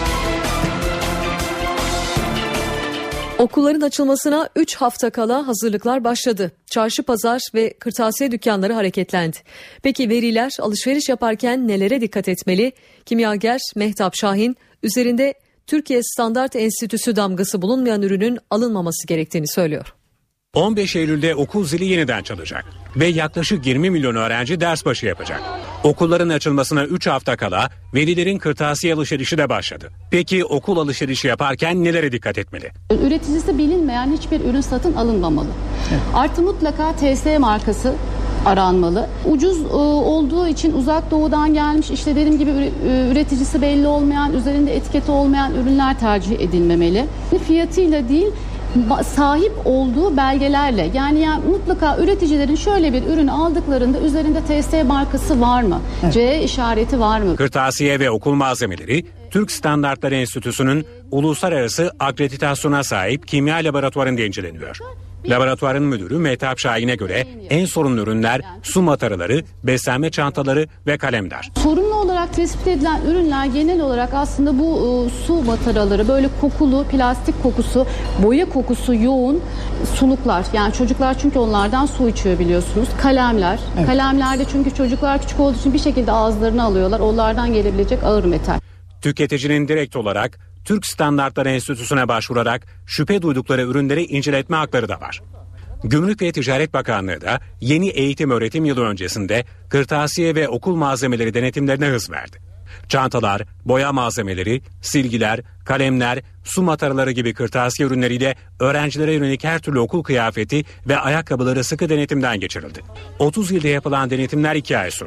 Okulların açılmasına 3 hafta kala hazırlıklar başladı. Çarşı, pazar ve kırtasiye dükkanları hareketlendi. Peki veliler alışveriş yaparken nelere dikkat etmeli? Kimyager Mehtap Şahin üzerinde Türkiye Standart Enstitüsü damgası bulunmayan ürünün alınmaması gerektiğini söylüyor. 15 Eylül'de okul zili yeniden çalacak ve yaklaşık 20 milyon öğrenci ders başı yapacak. Okulların açılmasına 3 hafta kala velilerin kırtasiye alışverişi de başladı. Peki okul alışverişi yaparken nelere dikkat etmeli? Üreticisi bilinmeyen hiçbir ürün satın alınmamalı. Artı mutlaka TS markası aranmalı. Ucuz olduğu için uzak doğudan gelmiş, işte dediğim gibi üreticisi belli olmayan, üzerinde etiketi olmayan ürünler tercih edilmemeli. Fiyatıyla değil, sahip olduğu belgelerle, yani mutlaka üreticilerin şöyle bir ürünü aldıklarında üzerinde TS markası var mı? Evet. C işareti var mı? Kırtasiye ve okul malzemeleri Türk Standartları Enstitüsü'nün uluslararası akreditasyona sahip kimya laboratuvarında inceleniyor. Laboratuvarın müdürü Mehtap Şahin'e göre en sorunlu ürünler su mataraları, beslenme çantaları ve kalemler. Sorunlu olarak tespit edilen ürünler genel olarak aslında bu su mataraları, böyle kokulu, plastik kokusu, boya kokusu yoğun suluklar. Yani çocuklar çünkü onlardan su içiyor biliyorsunuz. Kalemler. Evet. Kalemlerde çünkü çocuklar küçük olduğu için bir şekilde ağızlarına alıyorlar. Onlardan gelebilecek ağır metal. Tüketicinin direkt olarak Türk Standartları Enstitüsü'ne başvurarak şüphe duydukları ürünleri inceletme hakları da var. Gümrük ve Ticaret Bakanlığı da yeni eğitim öğretim yılı öncesinde kırtasiye ve okul malzemeleri denetimlerine hız verdi. Çantalar, boya malzemeleri, silgiler, kalemler, su mataraları gibi kırtasiye ürünleriyle öğrencilere yönelik her türlü okul kıyafeti ve ayakkabıları sıkı denetimden geçirildi. 30 ilde yapılan denetimler 2 ay sürdü.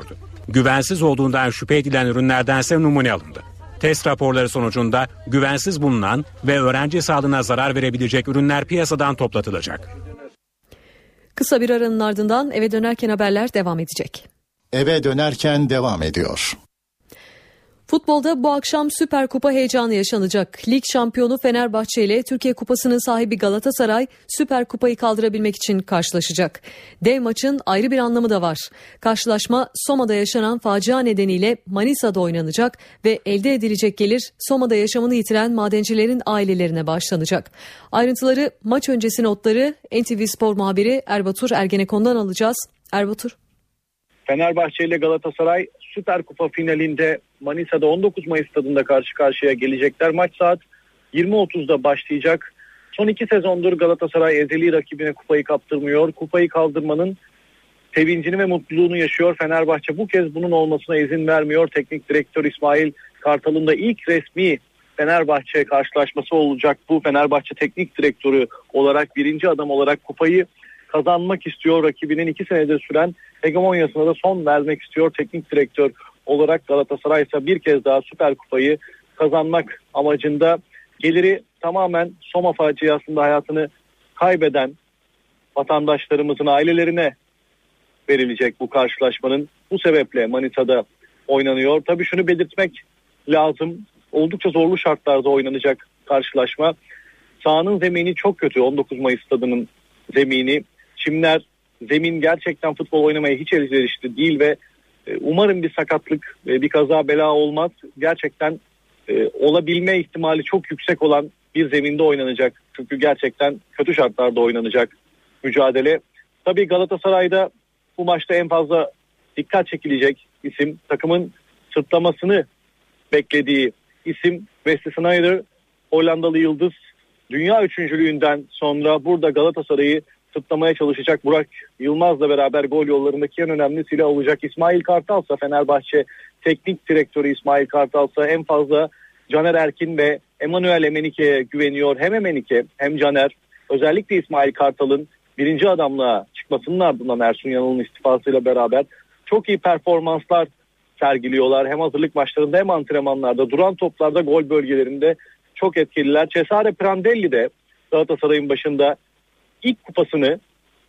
Güvensiz olduğundan şüphe edilen ürünlerdense numune alındı. Test raporları sonucunda güvensiz bulunan ve öğrenci sağlığına zarar verebilecek ürünler piyasadan toplatılacak. Kısa bir aranın ardından eve dönerken haberler devam edecek. Eve dönerken devam ediyor. Futbolda bu akşam Süper Kupa heyecanı yaşanacak. Lig şampiyonu Fenerbahçe ile Türkiye Kupası'nın sahibi Galatasaray Süper Kupayı kaldırabilmek için karşılaşacak. Dev maçın ayrı bir anlamı da var. Karşılaşma Soma'da yaşanan facia nedeniyle Manisa'da oynanacak ve elde edilecek gelir Soma'da yaşamını yitiren madencilerin ailelerine bağışlanacak. Ayrıntıları, maç öncesi notları NTV Spor muhabiri Erbatur Ergenekon'dan alacağız. Erbatur. Fenerbahçe ile Galatasaray Süper Kupa finalinde Manisa'da 19 Mayıs stadında karşı karşıya gelecekler. Maç saat 20.30'da başlayacak. Son 2 sezondur Galatasaray ezeli rakibine kupayı kaptırmıyor. Kupayı kaldırmanın sevincini ve mutluluğunu yaşıyor. Fenerbahçe bu kez bunun olmasına izin vermiyor. Teknik direktör İsmail Kartal'ın da ilk resmi Fenerbahçe karşılaşması olacak. Bu Fenerbahçe teknik direktörü olarak, birinci adam olarak kupayı kazanmak istiyor. Rakibinin 2 senedir süren hegemonyasına da son vermek istiyor. Teknik direktör olarak Galatasaray ise bir kez daha Süper Kupayı kazanmak amacında. Geliri tamamen Soma faciasında hayatını kaybeden vatandaşlarımızın ailelerine verilecek bu karşılaşmanın. Bu sebeple Manisa'da oynanıyor. Tabii şunu belirtmek lazım. Oldukça zorlu şartlarda oynanacak karşılaşma. Sahanın zemini çok kötü. 19 Mayıs stadının zemini. Çimler, zemin gerçekten futbol oynamaya hiç elverişli değil ve umarım bir sakatlık, bir kaza bela olmaz. Gerçekten olabilme ihtimali çok yüksek olan bir zeminde oynanacak. Çünkü gerçekten kötü şartlarda oynanacak mücadele. Tabii Galatasaray'da bu maçta en fazla dikkat çekilecek isim, takımın sırtlamasını beklediği isim Wesley Sneijder, Hollandalı yıldız. Dünya üçüncülüğünden sonra burada Galatasaray'ı sırtlamaya çalışacak. Burak Yılmaz'la beraber gol yollarındaki en önemli silah olacak. İsmail Kartal'sa, Fenerbahçe teknik direktörü İsmail Kartal'sa en fazla Caner Erkin ve Emmanuel Emenike'ye güveniyor. Hem Emenike hem Caner, özellikle İsmail Kartal'ın birinci adamlığa çıkmasının ardından Ersun Yanal'ın istifasıyla beraber çok iyi performanslar sergiliyorlar. Hem hazırlık maçlarında hem antrenmanlarda, duran toplarda, gol bölgelerinde çok etkililer. Cesare Prandelli de Galatasaray'ın başında ilk kupasını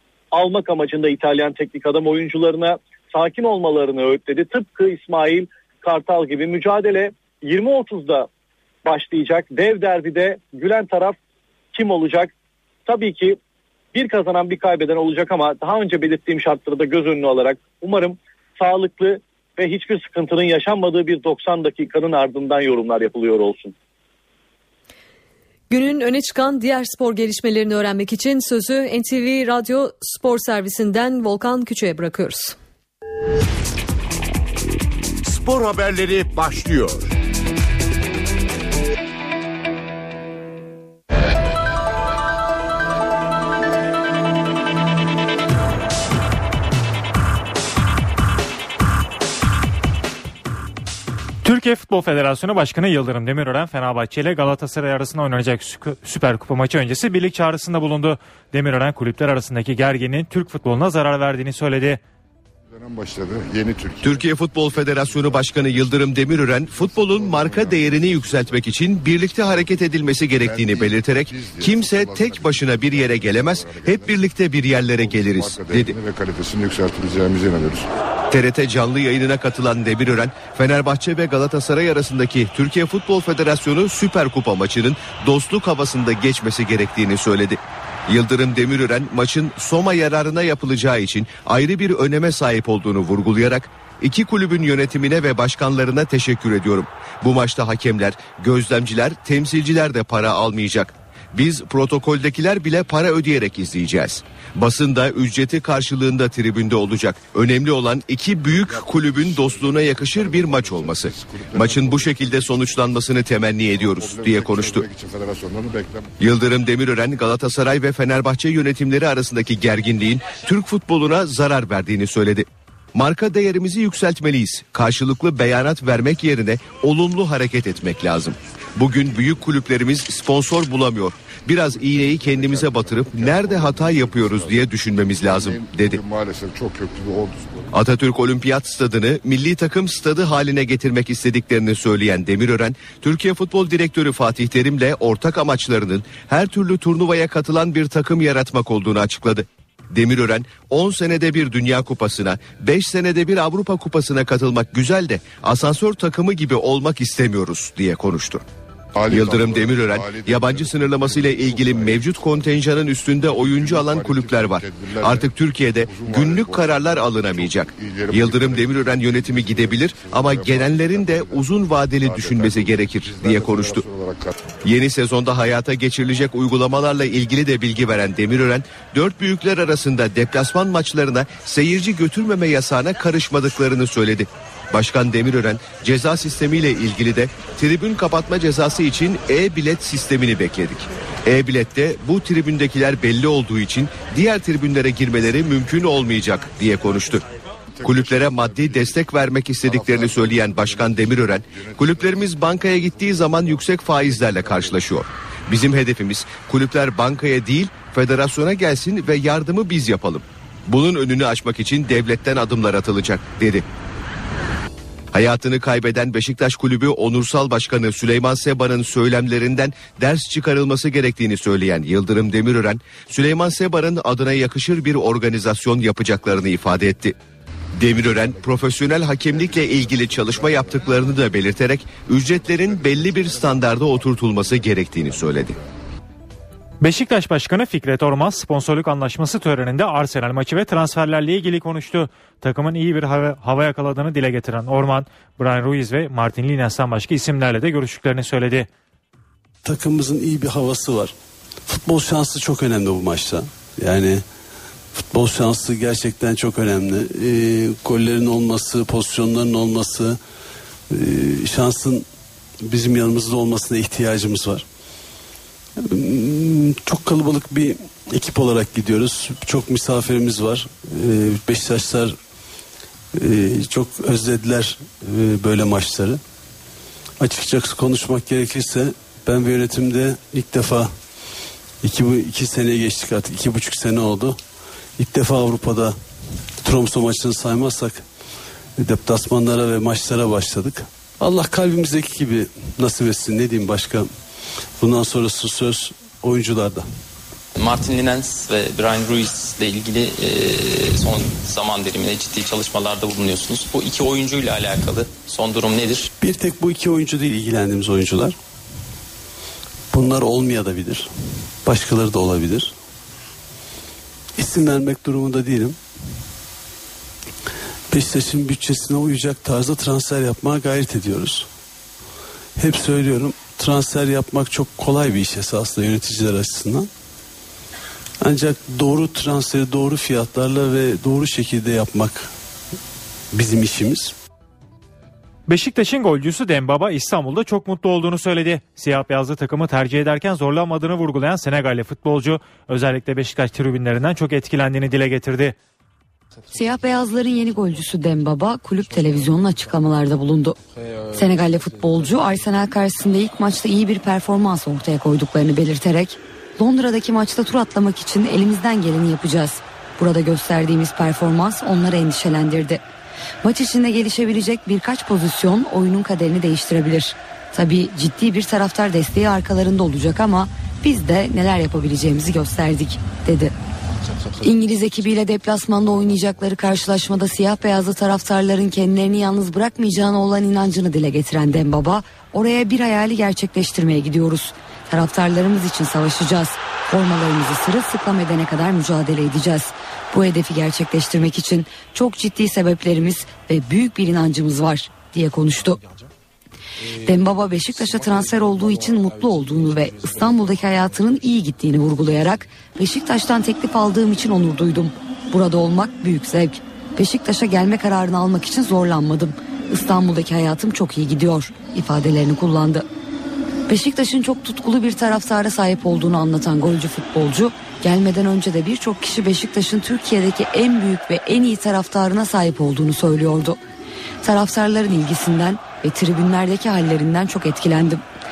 almak amacında İtalyan teknik adam oyuncularına sakin olmalarını öğütledi. Tıpkı İsmail Kartal gibi. Mücadele 20.30'da başlayacak. Dev derbide gülen taraf kim olacak? Tabii ki bir kazanan bir kaybeden olacak ama daha önce belirttiğim şartları da göz önüne alarak umarım sağlıklı ve hiçbir sıkıntının yaşanmadığı bir 90 dakikanın ardından yorumlar yapılıyor olsun. Günün öne çıkan diğer spor gelişmelerini öğrenmek için sözü NTV Radyo Spor Servisinden Volkan Küçük'e bırakıyoruz. Spor haberleri başlıyor. Türkiye Futbol Federasyonu Başkanı Yıldırım Demirören, Fenerbahçe ile Galatasaray arasında oynanacak Süper Kupa maçı öncesi birlik çağrısında bulundu. Demirören, kulüpler arasındaki gerginliğin Türk futboluna zarar verdiğini söyledi. Başladı. Yeni Türkiye Futbol Federasyonu Başkanı Yıldırım Demirören, futbolun marka değerini yükseltmek için birlikte hareket edilmesi gerektiğini belirterek, kimse tek başına bir yere gelemez, hep birlikte bir yerlere geliriz dedi. Ve kalitesini yükselteceğimize inanıyoruz. TRT canlı yayınına katılan Demirören, Fenerbahçe ve Galatasaray arasındaki Türkiye Futbol Federasyonu Süper Kupa maçının dostluk havasında geçmesi gerektiğini söyledi. Yıldırım Demirören, maçın Soma yararına yapılacağı için ayrı bir öneme sahip olduğunu vurgulayarak, iki kulübün yönetimine ve başkanlarına teşekkür ediyorum. Bu maçta hakemler, gözlemciler, temsilciler de para almayacak. Biz protokoldekiler bile para ödeyerek izleyeceğiz. Basın da ücreti karşılığında tribünde olacak. Önemli olan iki büyük kulübün dostluğuna yakışır bir maç olması. Maçın bu şekilde sonuçlanmasını temenni ediyoruz diye konuştu. Yıldırım Demirören, Galatasaray ve Fenerbahçe yönetimleri arasındaki gerginliğin Türk futboluna zarar verdiğini söyledi. Marka değerimizi yükseltmeliyiz. Karşılıklı beyanat vermek yerine olumlu hareket etmek lazım. Bugün büyük kulüplerimiz sponsor bulamıyor. Biraz iğneyi kendimize batırıp nerede hata yapıyoruz diye düşünmemiz lazım dedi. Maalesef çok köklü bir oldu. Atatürk Olimpiyat Stadı'nı milli takım stadı haline getirmek istediklerini söyleyen Demirören, Türkiye Futbol Direktörü Fatih Terim'le ortak amaçlarının her türlü turnuvaya katılan bir takım yaratmak olduğunu açıkladı. Demirören 10 senede bir Dünya Kupası'na, 5 senede bir Avrupa Kupası'na katılmak güzel de asansör takımı gibi olmak istemiyoruz diye konuştu. Yıldırım Demirören, yabancı sınırlamasıyla ilgili mevcut kontenjanın üstünde oyuncu alan kulüpler var. Artık Türkiye'de günlük kararlar alınamayacak. Yıldırım Demirören yönetimi gidebilir ama gelenlerin de uzun vadeli düşünmesi gerekir diye konuştu. Yeni sezonda hayata geçirilecek uygulamalarla ilgili de bilgi veren Demirören, 4 büyükler arasında deplasman maçlarına seyirci götürmeme yasağına karışmadıklarını söyledi. Başkan Demirören ceza sistemiyle ilgili de tribün kapatma cezası için e-bilet sistemini bekledik. E-bilette bu tribündekiler belli olduğu için diğer tribünlere girmeleri mümkün olmayacak diye konuştu. Kulüplere maddi destek vermek istediklerini söyleyen Başkan Demirören, kulüplerimiz bankaya gittiği zaman yüksek faizlerle karşılaşıyor. Bizim hedefimiz kulüpler bankaya değil federasyona gelsin ve yardımı biz yapalım. Bunun önünü açmak için devletten adımlar atılacak dedi. Hayatını kaybeden Beşiktaş Kulübü Onursal Başkanı Süleyman Seba'nın söylemlerinden ders çıkarılması gerektiğini söyleyen Yıldırım Demirören, Süleyman Seba'nın adına yakışır bir organizasyon yapacaklarını ifade etti. Demirören, profesyonel hakemlikle ilgili çalışma yaptıklarını da belirterek ücretlerin belli bir standarda oturtulması gerektiğini söyledi. Beşiktaş Başkanı Fikret Orman sponsorluk anlaşması töreninde Arsenal maçı ve transferlerle ilgili konuştu. Takımın iyi bir hava yakaladığını dile getiren Orman, Brian Ruiz ve Martin Linas'tan başka isimlerle de görüştüklerini söyledi. Takımımızın iyi bir havası var. Futbol şansı çok önemli bu maçta. Yani futbol şansı gerçekten çok önemli. Gollerin olması, pozisyonların olması, şansın bizim yanımızda olmasına ihtiyacımız var. Çok kalabalık bir ekip olarak gidiyoruz. Çok misafirimiz var. Beşiktaşlar çok özlediler böyle maçları. Açıkçası konuşmak gerekirse ben bir yönetimde ilk defa 2 sene geçtik artık 2,5 sene oldu. İlk defa Avrupa'da Tromsø maçını saymazsak deplasmanlara ve maçlara başladık. Allah kalbimizdeki gibi nasip etsin, ne diyeyim başka. Bundan sonrası söz oyuncularda. Martin Linens ve Brian Ruiz ile ilgili son zaman diliminde ciddi çalışmalarda bulunuyorsunuz. Bu iki oyuncuyla alakalı son durum nedir? Bir tek bu iki oyuncu değil ilgilendiğimiz oyuncular. Bunlar olmayabilir. Başkaları da olabilir. İsim vermek durumunda değilim. Beşiktaş'ın bütçesine uyacak tarzda transfer yapmaya gayret ediyoruz. Hep söylüyorum, transfer yapmak çok kolay bir iş esasında yöneticiler açısından. Ancak doğru transferi doğru fiyatlarla ve doğru şekilde yapmak bizim işimiz. Beşiktaş'ın golcüsü Dembaba İstanbul'da çok mutlu olduğunu söyledi. Siyah beyazlı takımı tercih ederken zorlanmadığını vurgulayan Senegalli futbolcu özellikle Beşiktaş tribünlerinden çok etkilendiğini dile getirdi. Siyah beyazların yeni golcüsü Dembaba kulüp televizyonuna açıklamalarda bulundu. Senegalli futbolcu Arsenal karşısında ilk maçta iyi bir performans ortaya koyduklarını belirterek Londra'daki maçta tur atlamak için elimizden geleni yapacağız. Burada gösterdiğimiz performans onları endişelendirdi. Maç içinde gelişebilecek birkaç pozisyon oyunun kaderini değiştirebilir. Tabii ciddi bir taraftar desteği arkalarında olacak ama biz de neler yapabileceğimizi gösterdik, dedi. İngiliz ekibiyle deplasmanda oynayacakları karşılaşmada siyah beyazlı taraftarların kendilerini yalnız bırakmayacağına olan inancını dile getiren Dembaba, oraya bir hayali gerçekleştirmeye gidiyoruz. Taraftarlarımız için savaşacağız. Formalarımızı sırılsıklam edene kadar mücadele edeceğiz. Bu hedefi gerçekleştirmek için çok ciddi sebeplerimiz ve büyük bir inancımız var, diye konuştu. Dembaba Beşiktaş'a transfer olduğu için mutlu olduğunu ve İstanbul'daki hayatının iyi gittiğini vurgulayarak Beşiktaş'tan teklif aldığım için onur duydum. Burada olmak büyük zevk. Beşiktaş'a gelme kararını almak için zorlanmadım. İstanbul'daki hayatım çok iyi gidiyor ifadelerini kullandı. Beşiktaş'ın çok tutkulu bir taraftara sahip olduğunu anlatan golcü futbolcu, gelmeden önce de birçok kişi Beşiktaş'ın Türkiye'deki en büyük ve en iyi taraftarına sahip olduğunu söylüyordu. Taraftarların ilgisinden ve tribünlerdeki hallerinden çok etkilendim.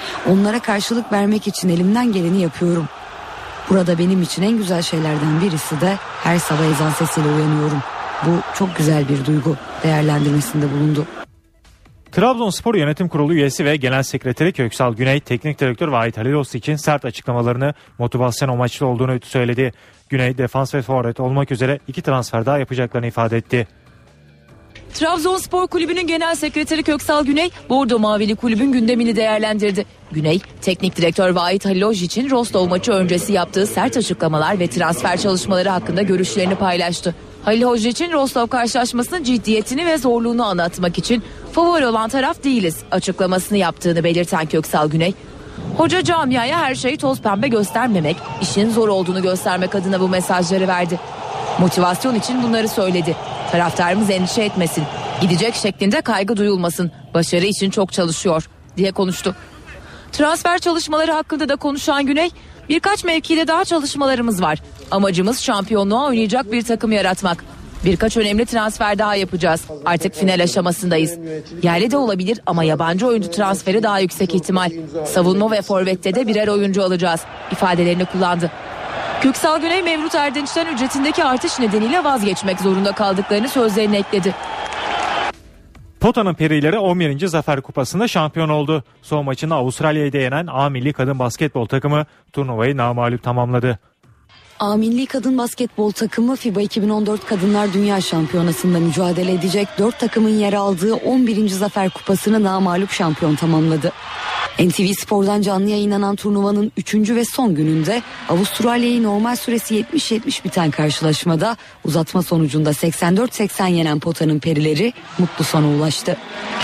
Onlara karşılık vermek için elimden geleni yapıyorum. Burada benim için en güzel şeylerden birisi de her sabah ezan sesiyle uyanıyorum. Bu çok güzel bir duygu değerlendirmesinde bulundu. Trabzonspor Yönetim Kurulu üyesi ve Genel Sekreteri Köksal Güney, Teknik Direktör Vahit Haliloğlu için sert açıklamalarını motivasyon amaçlı olduğunu söyledi. Güney, defans ve forvet olmak üzere 2 transfer daha yapacaklarını ifade etti. Trabzonspor Kulübü'nün Genel Sekreteri Köksal Güney, Bordo Mavili Kulübün gündemini değerlendirdi. Güney, Teknik Direktör Vahit Haliloğlu için Rostov maçı öncesi yaptığı sert açıklamalar ve transfer çalışmaları hakkında görüşlerini paylaştı. Halil Hoca için Rostov karşılaşmasının ciddiyetini ve zorluğunu anlatmak için favori olan taraf değiliz açıklamasını yaptığını belirten Köksal Güney, hoca camiaya her şeyi toz pembe göstermemek, işin zor olduğunu göstermek adına bu mesajları verdi. Motivasyon için bunları söyledi. Taraftarımız endişe etmesin, gidecek şeklinde kaygı duyulmasın, başarı için çok çalışıyor diye konuştu. Transfer çalışmaları hakkında da konuşan Güney, birkaç mevkide daha çalışmalarımız var. Amacımız şampiyonluğa oynayacak bir takım yaratmak. Birkaç önemli transfer daha yapacağız. Artık final aşamasındayız. Yerli de olabilir ama yabancı oyuncu transferi daha yüksek ihtimal. Savunma ve forvette de birer oyuncu alacağız ifadelerini kullandı. Köksal Güney, Mevlüt Erdinç'ten ücretindeki artış nedeniyle vazgeçmek zorunda kaldıklarını sözlerine ekledi. Pota'nın perileri 11. Zafer Kupası'nda şampiyon oldu. Son maçında Avustralya'yı da yenen A Milli Kadın Basketbol takımı turnuvayı namağlup tamamladı. A Milli Kadın Basketbol takımı FIBA 2014 Kadınlar Dünya Şampiyonası'nda mücadele edecek 4 takımın yer aldığı 11. Zafer Kupası'nı namağlup şampiyon tamamladı. NTV Spor'dan canlı yayınlanan turnuvanın 3. ve son gününde Avustralya'yı normal süresi 70-70 biten karşılaşmada uzatma sonucunda 84-80 yenen Pota'nın perileri mutlu sona ulaştı.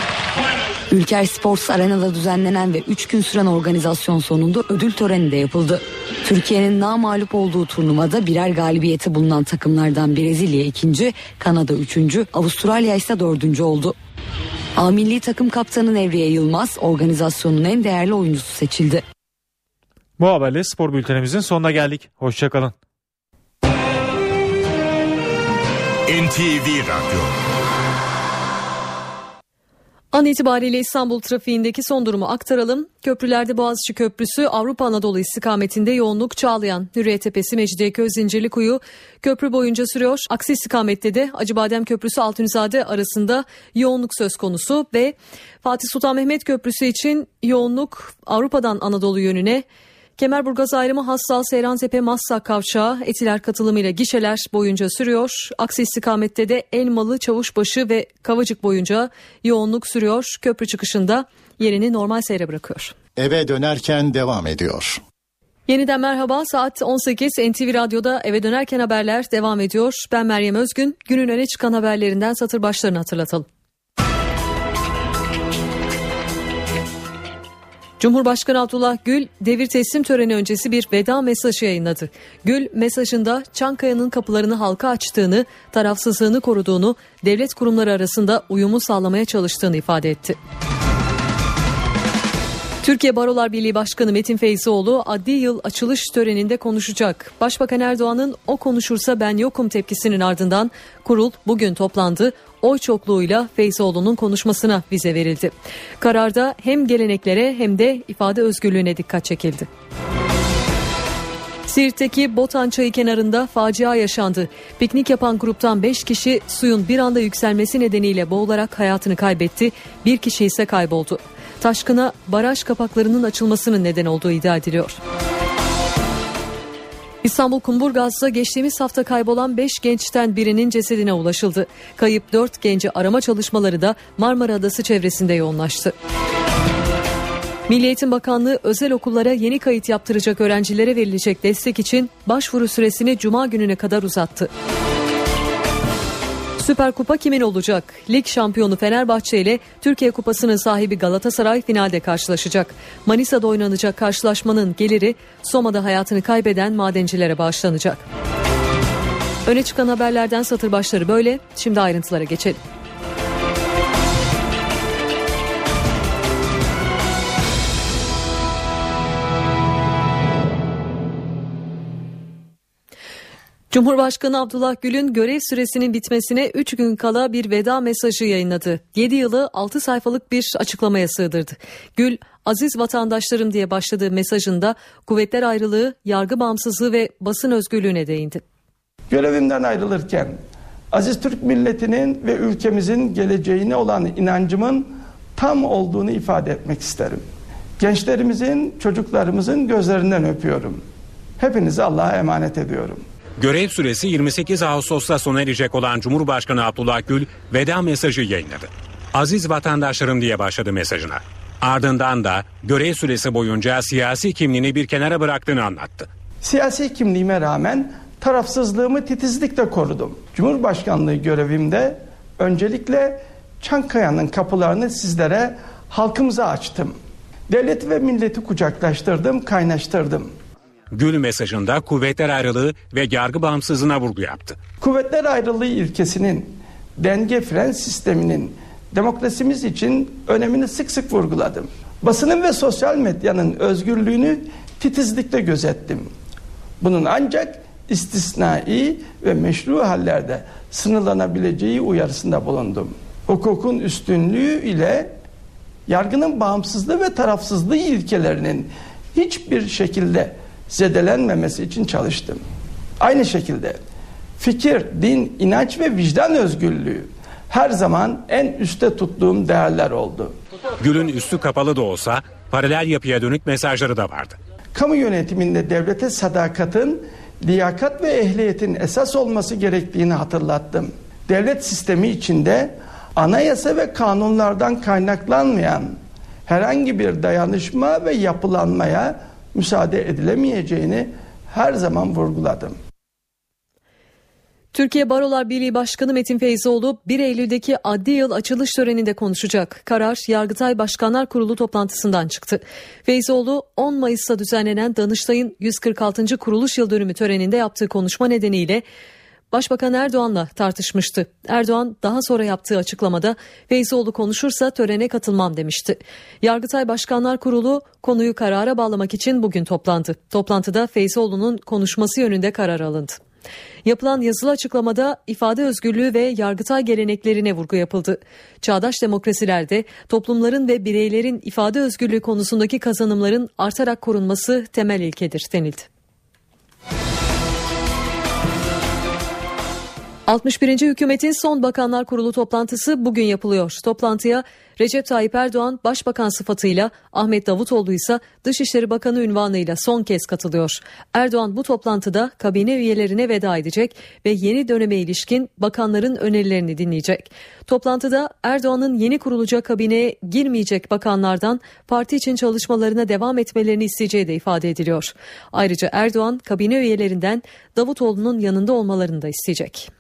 Ülker Sports Arena'da düzenlenen ve 3 gün süren organizasyon sonunda ödül töreni de yapıldı. Türkiye'nin namağlup olduğu turnuvada birer galibiyeti bulunan takımlardan Brezilya 2. Kanada 3. Avustralya ise 4. oldu. A Milli takım kaptanı Nevriye Yılmaz organizasyonun en değerli oyuncusu seçildi. Bu haberle spor bültenimizin sonuna geldik. Hoşçakalın. NTV Radyo. An itibariyle İstanbul trafiğindeki son durumu aktaralım. Köprülerde Boğaziçi Köprüsü Avrupa Anadolu istikametinde yoğunluk Çağlayan, Hürriyettepe, Mecidiyeköy, Zincirlikuyu köprü boyunca sürüyor. Aksi istikamette de Acıbadem Köprüsü Altunizade arasında yoğunluk söz konusu ve Fatih Sultan Mehmet Köprüsü için yoğunluk Avrupa'dan Anadolu yönüne. Kemerburgaz ayrımı Hassal, Seyrantepe, Maslak kavşağı Etiler katılımıyla gişeler boyunca sürüyor. Aksi istikamette de Elmalı, Çavuşbaşı ve Kavacık boyunca yoğunluk sürüyor. Köprü çıkışında yerini normal seyre bırakıyor. Eve dönerken devam ediyor. Yeniden merhaba, saat 18 NTV Radyo'da eve dönerken haberler devam ediyor. Ben Meryem Özgün, günün öne çıkan haberlerinden satır başlarını hatırlatalım. Cumhurbaşkanı Abdullah Gül, devir teslim töreni öncesi bir veda mesajı yayınladı. Gül, mesajında Çankaya'nın kapılarını halka açtığını, tarafsızlığını koruduğunu, devlet kurumları arasında uyumu sağlamaya çalıştığını ifade etti. Türkiye Barolar Birliği Başkanı Metin Feyzioğlu adli yıl açılış töreninde konuşacak. Başbakan Erdoğan'ın "o konuşursa ben yokum" tepkisinin ardından kurul bugün toplandı. Oy çokluğuyla Feyzioğlu'nun konuşmasına vize verildi. Kararda hem geleneklere hem de ifade özgürlüğüne dikkat çekildi. Siirt'teki Botan Çayı kenarında facia yaşandı. Piknik yapan gruptan 5 kişi suyun bir anda yükselmesi nedeniyle boğularak hayatını kaybetti. Bir kişi ise kayboldu. Taşkına baraj kapaklarının açılmasının neden olduğu iddia ediliyor. İstanbul Kumburgaz'da geçtiğimiz hafta kaybolan 5 gençten birinin cesedine ulaşıldı. Kayıp 4 genci arama çalışmaları da Marmara Adası çevresinde yoğunlaştı. Milli Eğitim Bakanlığı özel okullara yeni kayıt yaptıracak öğrencilere verilecek destek için başvuru süresini Cuma gününe kadar uzattı. Süper Kupa kimin olacak? Lig şampiyonu Fenerbahçe ile Türkiye Kupası'nın sahibi Galatasaray finalde karşılaşacak. Manisa'da oynanacak karşılaşmanın geliri Soma'da hayatını kaybeden madencilere bağışlanacak. Öne çıkan haberlerden satır başları böyle. Şimdi ayrıntılara geçelim. Cumhurbaşkanı Abdullah Gül'ün görev süresinin bitmesine 3 gün kala bir veda mesajı yayınladı. 7 yılı 6 sayfalık bir açıklamaya sığdırdı. Gül, aziz vatandaşlarım diye başladığı mesajında kuvvetler ayrılığı, yargı bağımsızlığı ve basın özgürlüğüne değindi. Görevimden ayrılırken aziz Türk milletinin ve ülkemizin geleceğine olan inancımın tam olduğunu ifade etmek isterim. Gençlerimizin, çocuklarımızın gözlerinden öpüyorum. Hepinizi Allah'a emanet ediyorum. Görev süresi 28 Ağustos'ta sona erecek olan Cumhurbaşkanı Abdullah Gül veda mesajı yayınladı. Aziz vatandaşlarım diye başladı mesajına. Ardından da görev süresi boyunca siyasi kimliğini bir kenara bıraktığını anlattı. Siyasi kimliğime rağmen tarafsızlığımı titizlikle korudum. Cumhurbaşkanlığı görevimde öncelikle Çankaya'nın kapılarını sizlere, halkımıza açtım. Devleti ve milleti kucaklaştırdım, kaynaştırdım. Gül mesajında kuvvetler ayrılığı ve yargı bağımsızlığına vurgu yaptı. Kuvvetler ayrılığı ilkesinin, denge fren sisteminin demokrasimiz için önemini sık sık vurguladım. Basının ve sosyal medyanın özgürlüğünü titizlikle gözettim. Bunun ancak istisnai ve meşru hallerde sınırlanabileceği uyarısında bulundum. Hukukun üstünlüğü ile yargının bağımsızlığı ve tarafsızlığı ilkelerinin hiçbir şekilde zedelenmemesi için çalıştım. Aynı şekilde fikir, din, inanç ve vicdan özgürlüğü her zaman en üstte tuttuğum değerler oldu. Gül'ün üstü kapalı da olsa paralel yapıya dönük mesajları da vardı. Kamu yönetiminde devlete sadakatin, liyakat ve ehliyetin esas olması gerektiğini hatırlattım. Devlet sistemi içinde anayasa ve kanunlardan kaynaklanmayan herhangi bir dayanışma ve yapılanmaya müsaade edilemeyeceğini her zaman vurguladım. Türkiye Barolar Birliği Başkanı Metin Feyzoğlu 1 Eylül'deki adli yıl açılış töreninde konuşacak. Karar Yargıtay Başkanlar Kurulu toplantısından çıktı. Feyzoğlu 10 Mayıs'ta düzenlenen Danıştay'ın 146. kuruluş yıl dönümü töreninde yaptığı konuşma nedeniyle Başbakan Erdoğan'la tartışmıştı. Erdoğan daha sonra yaptığı açıklamada Feyzoğlu konuşursa törene katılmam demişti. Yargıtay Başkanlar Kurulu konuyu karara bağlamak için bugün toplandı. Toplantıda Feyzoğlu'nun konuşması yönünde karar alındı. Yapılan yazılı açıklamada ifade özgürlüğü ve Yargıtay geleneklerine vurgu yapıldı. Çağdaş demokrasilerde toplumların ve bireylerin ifade özgürlüğü konusundaki kazanımların artarak korunması temel ilkedir denildi. 61. Hükümetin son Bakanlar Kurulu toplantısı bugün yapılıyor. Toplantıya Recep Tayyip Erdoğan Başbakan sıfatıyla, Ahmet Davutoğlu ise Dışişleri Bakanı unvanıyla son kez katılıyor. Erdoğan bu toplantıda kabine üyelerine veda edecek ve yeni döneme ilişkin bakanların önerilerini dinleyecek. Toplantıda Erdoğan'ın yeni kurulacak kabineye girmeyecek bakanlardan parti için çalışmalarına devam etmelerini isteyeceği de ifade ediliyor. Ayrıca Erdoğan kabine üyelerinden Davutoğlu'nun yanında olmalarını da isteyecek.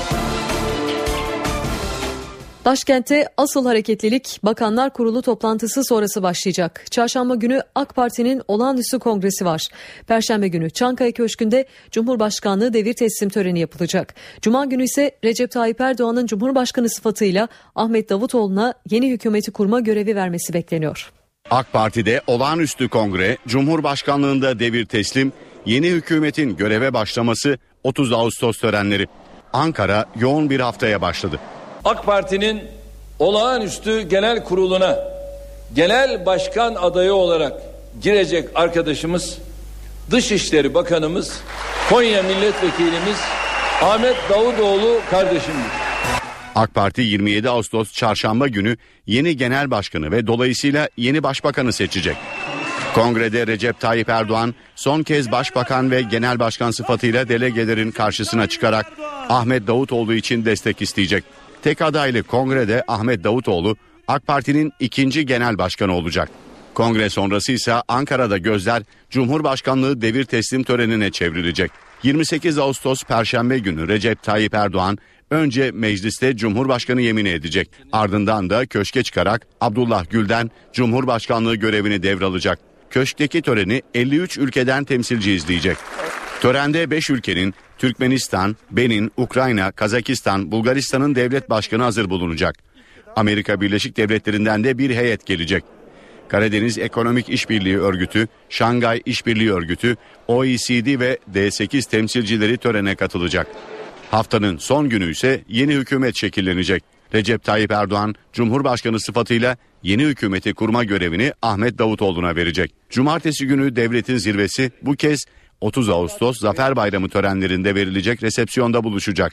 Başkentte asıl hareketlilik Bakanlar Kurulu toplantısı sonrası başlayacak. Çarşamba günü AK Parti'nin olağanüstü kongresi var. Perşembe günü Çankaya Köşkü'nde Cumhurbaşkanlığı devir teslim töreni yapılacak. Cuma günü ise Recep Tayyip Erdoğan'ın Cumhurbaşkanı sıfatıyla Ahmet Davutoğlu'na yeni hükümeti kurma görevi vermesi bekleniyor. AK Parti'de olağanüstü kongre, Cumhurbaşkanlığında devir teslim, yeni hükümetin göreve başlaması, 30 Ağustos törenleri. Ankara yoğun bir haftaya başladı. AK Parti'nin olağanüstü genel kuruluna genel başkan adayı olarak girecek arkadaşımız Dışişleri Bakanımız, Konya Milletvekilimiz Ahmet Davutoğlu kardeşimdir. AK Parti 27 Ağustos Çarşamba günü yeni genel başkanı ve dolayısıyla yeni başbakanı seçecek. Kongrede Recep Tayyip Erdoğan son kez başbakan ve genel başkan sıfatıyla delegelerin karşısına çıkarak Ahmet Davutoğlu için destek isteyecek. Tek adaylı kongrede Ahmet Davutoğlu AK Parti'nin ikinci genel başkanı olacak. Kongre sonrası ise Ankara'da gözler Cumhurbaşkanlığı devir teslim törenine çevrilecek. 28 Ağustos Perşembe günü Recep Tayyip Erdoğan önce mecliste Cumhurbaşkanı yemini edecek. Ardından da köşke çıkarak Abdullah Gül'den Cumhurbaşkanlığı görevini devralacak. Köşkteki töreni 53 ülkeden temsilci izleyecek. Törende 5 ülkenin Türkmenistan, Benin, Ukrayna, Kazakistan, Bulgaristan'ın devlet başkanı hazır bulunacak. Amerika Birleşik Devletleri'nden de bir heyet gelecek. Karadeniz Ekonomik İşbirliği Örgütü, Şangay İşbirliği Örgütü, OECD ve D8 temsilcileri törene katılacak. Haftanın son günü ise yeni hükümet şekillenecek. Recep Tayyip Erdoğan, Cumhurbaşkanı sıfatıyla yeni hükümeti kurma görevini Ahmet Davutoğlu'na verecek. Cumartesi günü devletin zirvesi bu kez 30 Ağustos Zafer Bayramı törenlerinde verilecek resepsiyonda buluşacak.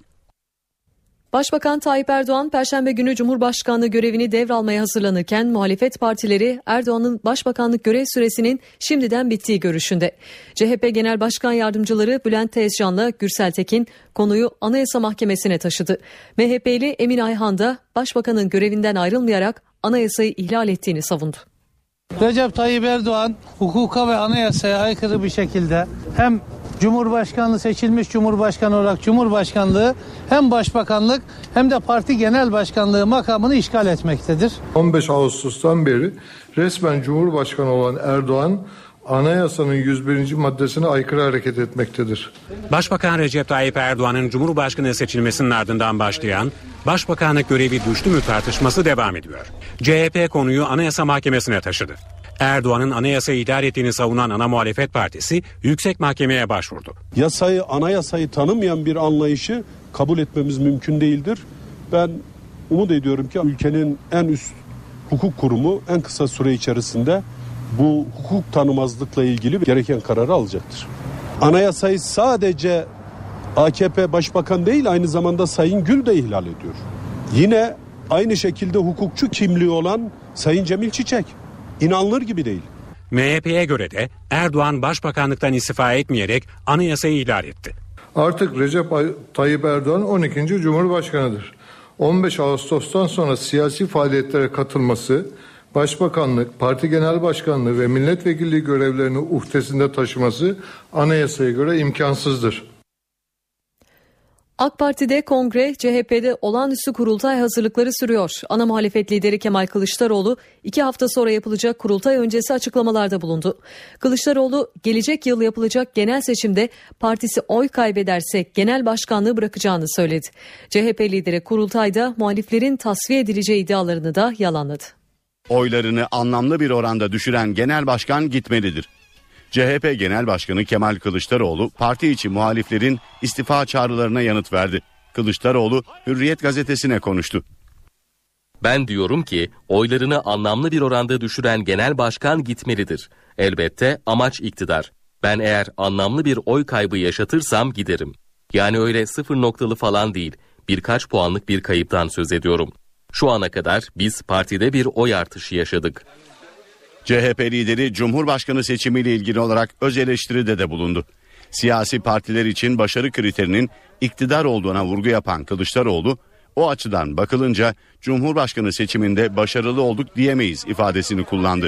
Başbakan Tayyip Erdoğan Perşembe günü Cumhurbaşkanlığı görevini devralmaya hazırlanırken muhalefet partileri Erdoğan'ın başbakanlık görev süresinin şimdiden bittiği görüşünde. CHP Genel Başkan Yardımcıları Bülent Tezcan'la Gürsel Tekin konuyu Anayasa Mahkemesi'ne taşıdı. MHP'li Emin Ayhan da başbakanın görevinden ayrılmayarak anayasayı ihlal ettiğini savundu. Recep Tayyip Erdoğan hukuka ve anayasaya aykırı bir şekilde hem Cumhurbaşkanlığı seçilmiş Cumhurbaşkanı olarak Cumhurbaşkanlığı hem Başbakanlık hem de parti genel başkanlığı makamını işgal etmektedir. 15 Ağustos'tan beri resmen Cumhurbaşkanı olan Erdoğan anayasanın 101. maddesine aykırı hareket etmektedir. Başbakan Recep Tayyip Erdoğan'ın Cumhurbaşkanı seçilmesinin ardından başlayan başbakanlık görevi düştü mü tartışması devam ediyor. CHP konuyu Anayasa Mahkemesi'ne taşıdı. Erdoğan'ın anayasayı ihlal ettiğini savunan ana muhalefet partisi Yüksek Mahkeme'ye başvurdu. Anayasayı tanımayan bir anlayışı kabul etmemiz mümkün değildir. Ben umut ediyorum ki ülkenin en üst hukuk kurumu en kısa süre içerisinde bu hukuk tanımazlıkla ilgili gereken kararı alacaktır. Anayasayı sadece AKP Başbakan değil, aynı zamanda Sayın Gül de ihlal ediyor. Yine aynı şekilde hukukçu kimliği olan Sayın Cemil Çiçek. İnanılır gibi değil. MHP'ye göre de Erdoğan başbakanlıktan istifa etmeyerek anayasayı ihlal etti. Artık Recep Tayyip Erdoğan 12. Cumhurbaşkanıdır. 15 Ağustos'tan sonra siyasi faaliyetlere katılması, başbakanlık, parti genel başkanlığı ve milletvekilliği görevlerini uhdesinde taşıması anayasaya göre imkansızdır. AK Parti'de kongre, CHP'de olağanüstü kurultay hazırlıkları sürüyor. Ana muhalefet lideri Kemal Kılıçdaroğlu 2 hafta sonra yapılacak kurultay öncesi açıklamalarda bulundu. Kılıçdaroğlu gelecek yıl yapılacak genel seçimde partisi oy kaybederse genel başkanlığı bırakacağını söyledi. CHP lideri kurultayda muhaliflerin tasfiye edileceği iddialarını da yalanladı. Oylarını anlamlı bir oranda düşüren genel başkan gitmelidir. CHP Genel Başkanı Kemal Kılıçdaroğlu parti içi muhaliflerin istifa çağrılarına yanıt verdi. Kılıçdaroğlu Hürriyet gazetesine konuştu. Ben diyorum ki oylarını anlamlı bir oranda düşüren genel başkan gitmelidir. Elbette amaç iktidar. Ben eğer anlamlı bir oy kaybı yaşatırsam giderim. Yani öyle 0 noktalı falan değil, birkaç puanlık bir kayıptan söz ediyorum. Şu ana kadar biz partide bir oy artışı yaşadık. CHP lideri Cumhurbaşkanı seçimiyle ilgili olarak öz eleştiride de bulundu. Siyasi partiler için başarı kriterinin iktidar olduğuna vurgu yapan Kılıçdaroğlu, o açıdan bakılınca Cumhurbaşkanı seçiminde başarılı olduk diyemeyiz ifadesini kullandı.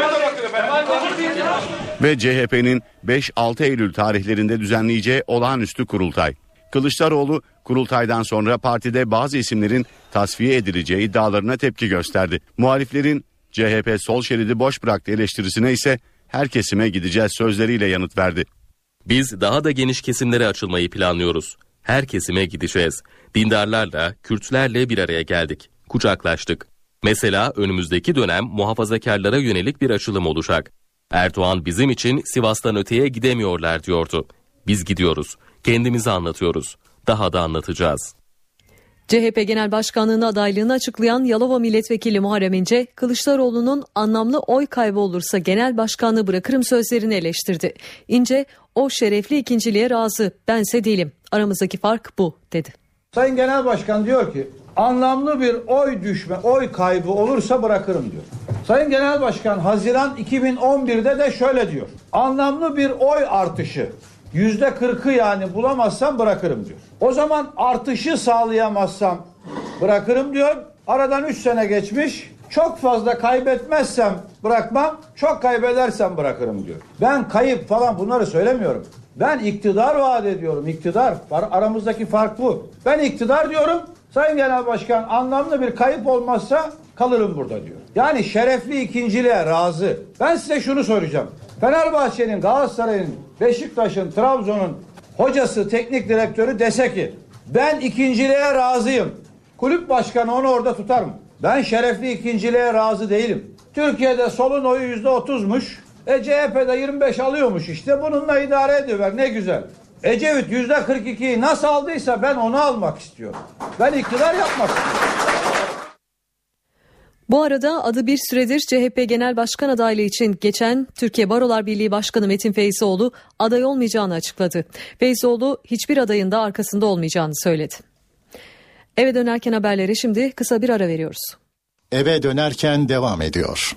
Ve CHP'nin 5-6 Eylül tarihlerinde düzenleyeceği olağanüstü kurultay. Kılıçdaroğlu kurultaydan sonra partide bazı isimlerin tasfiye edileceği iddialarına tepki gösterdi. Muhaliflerin CHP sol şeridi boş bıraktı eleştirisine ise her kesime gideceğiz sözleriyle yanıt verdi. Biz daha da geniş kesimlere açılmayı planlıyoruz. Her kesime gideceğiz. Dindarlarla, Kürtlerle bir araya geldik. Kucaklaştık. Mesela önümüzdeki dönem muhafazakarlara yönelik bir açılım olacak. Erdoğan bizim için Sivas'tan öteye gidemiyorlar diyordu. Biz gidiyoruz. Kendimizi anlatıyoruz. Daha da anlatacağız. CHP Genel Başkanlığı'na adaylığını açıklayan Yalova Milletvekili Muharrem İnce, Kılıçdaroğlu'nun anlamlı oy kaybı olursa genel başkanlığı bırakırım sözlerini eleştirdi. İnce, o şerefli ikinciliğe razı, bense değilim. Aramızdaki fark bu, dedi. Sayın Genel Başkan diyor ki, anlamlı bir oy kaybı olursa bırakırım diyor. Sayın Genel Başkan Haziran 2011'de de şöyle diyor. Anlamlı bir oy artışı. %40'ı yani bulamazsam bırakırım diyor. O zaman artışı sağlayamazsam bırakırım diyor. Aradan 3 sene geçmiş. Çok fazla kaybetmezsem bırakmam, çok kaybedersem bırakırım diyor. Ben kayıp falan bunları söylemiyorum. Ben iktidar vaat ediyorum, iktidar. Aramızdaki fark bu. Ben iktidar diyorum, Sayın Genel Başkan anlamlı bir kayıp olmazsa kalırım burada diyor. Yani şerefli ikinciliğe razı. Ben size şunu soracağım. Fenerbahçe'nin, Galatasaray'ın, Beşiktaş'ın, Trabzon'un hocası, teknik direktörü dese ki ben ikinciliğe razıyım. Kulüp başkanı onu orada tutar mı? Ben şerefli ikinciliğe razı değilim. Türkiye'de solun oyu %30'muş. CHP'de 25 alıyormuş işte. Bununla idare ediyorlar. Ne güzel. Ecevit %42'yi nasıl aldıysa ben onu almak istiyorum. Ben iktidar yapmak istiyorum. Bu arada adı bir süredir CHP Genel Başkan adaylığı için geçen Türkiye Barolar Birliği Başkanı Metin Feyzoğlu aday olmayacağını açıkladı. Feyzoğlu hiçbir adayın da arkasında olmayacağını söyledi. Eve dönerken haberlere şimdi kısa bir ara veriyoruz. Eve dönerken devam ediyor.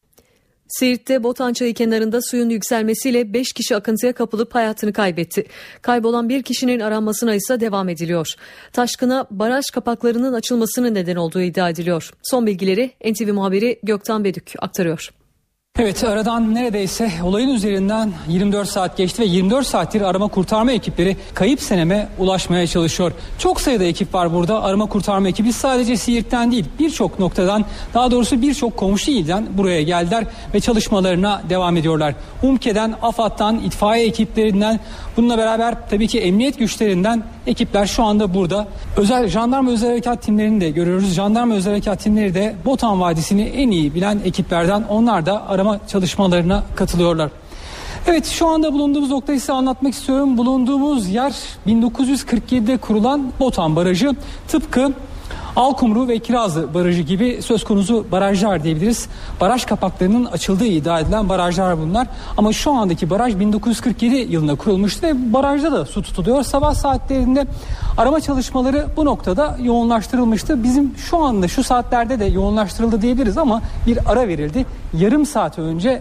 Siirt'te Botan Çayı kenarında suyun yükselmesiyle 5 kişi akıntıya kapılıp hayatını kaybetti. Kaybolan bir kişinin aranmasına ise devam ediliyor. Taşkına baraj kapaklarının açılmasının neden olduğu iddia ediliyor. Son bilgileri NTV muhabiri Gökten Bedük aktarıyor. Evet, aradan neredeyse olayın üzerinden 24 saat geçti ve 24 saattir arama kurtarma ekipleri kayıp Senem'e ulaşmaya çalışıyor. Çok sayıda ekip var burada. Arama kurtarma ekibi sadece Siirt'ten değil, birçok noktadan, daha doğrusu birçok komşu ilden buraya geldiler ve çalışmalarına devam ediyorlar. UMKE'den, AFAD'dan, itfaiye ekiplerinden, bununla beraber tabii ki emniyet güçlerinden ekipler şu anda burada. Jandarma özel harekat timlerini de görüyoruz. Jandarma özel harekat timleri de Botan Vadisi'ni en iyi bilen ekiplerden, onlar da arama çalışmalarına katılıyorlar. Evet, şu anda bulunduğumuz noktayı size anlatmak istiyorum. Bulunduğumuz yer 1947'de kurulan Botan Barajı. Tıpkı Alkumru ve Kirazlı Barajı gibi söz konusu barajlar diyebiliriz. Baraj kapaklarının açıldığı iddia edilen barajlar bunlar. Ama şu andaki baraj 1947 yılında kurulmuştu ve barajda da su tutuluyor. Sabah saatlerinde arama çalışmaları bu noktada yoğunlaştırılmıştı. Bizim şu anda şu saatlerde de yoğunlaştırıldı diyebiliriz ama bir ara verildi. Yarım saat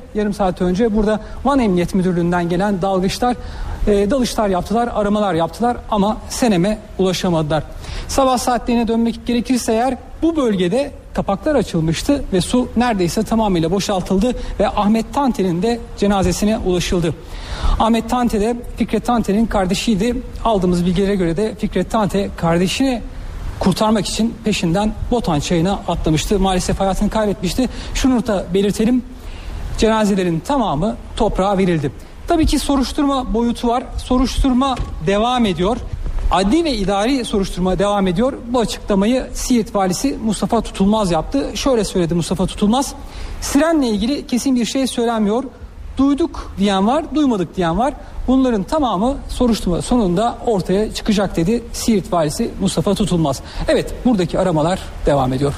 önce burada Van Emniyet Müdürlüğü'nden gelen dalgıçlar dalışlar yaptılar, aramalar yaptılar ama Senem'e ulaşamadılar. Sabah saatlerine dönmek gerekirse eğer bu bölgede kapaklar açılmıştı ve su neredeyse tamamıyla boşaltıldı ve Ahmet Tante'nin de cenazesine ulaşıldı. Ahmet Tante de Fikret Tante'nin kardeşiydi. Aldığımız bilgilere göre de Fikret Tante kardeşini kurtarmak için peşinden Botan Çayı'na atlamıştı. Maalesef hayatını kaybetmişti. Şunu da belirtelim, cenazelerin tamamı toprağa verildi. Tabii ki soruşturma boyutu var. Soruşturma devam ediyor. Adli ve idari soruşturma devam ediyor. Bu açıklamayı Siirt Valisi Mustafa Tutulmaz yaptı. Şöyle söyledi Mustafa Tutulmaz. Sirenle ilgili kesin bir şey söylenmiyor. Duyduk diyen var, duymadık diyen var. Bunların tamamı soruşturma sonunda ortaya çıkacak dedi Siirt Valisi Mustafa Tutulmaz. Evet, buradaki aramalar devam ediyor.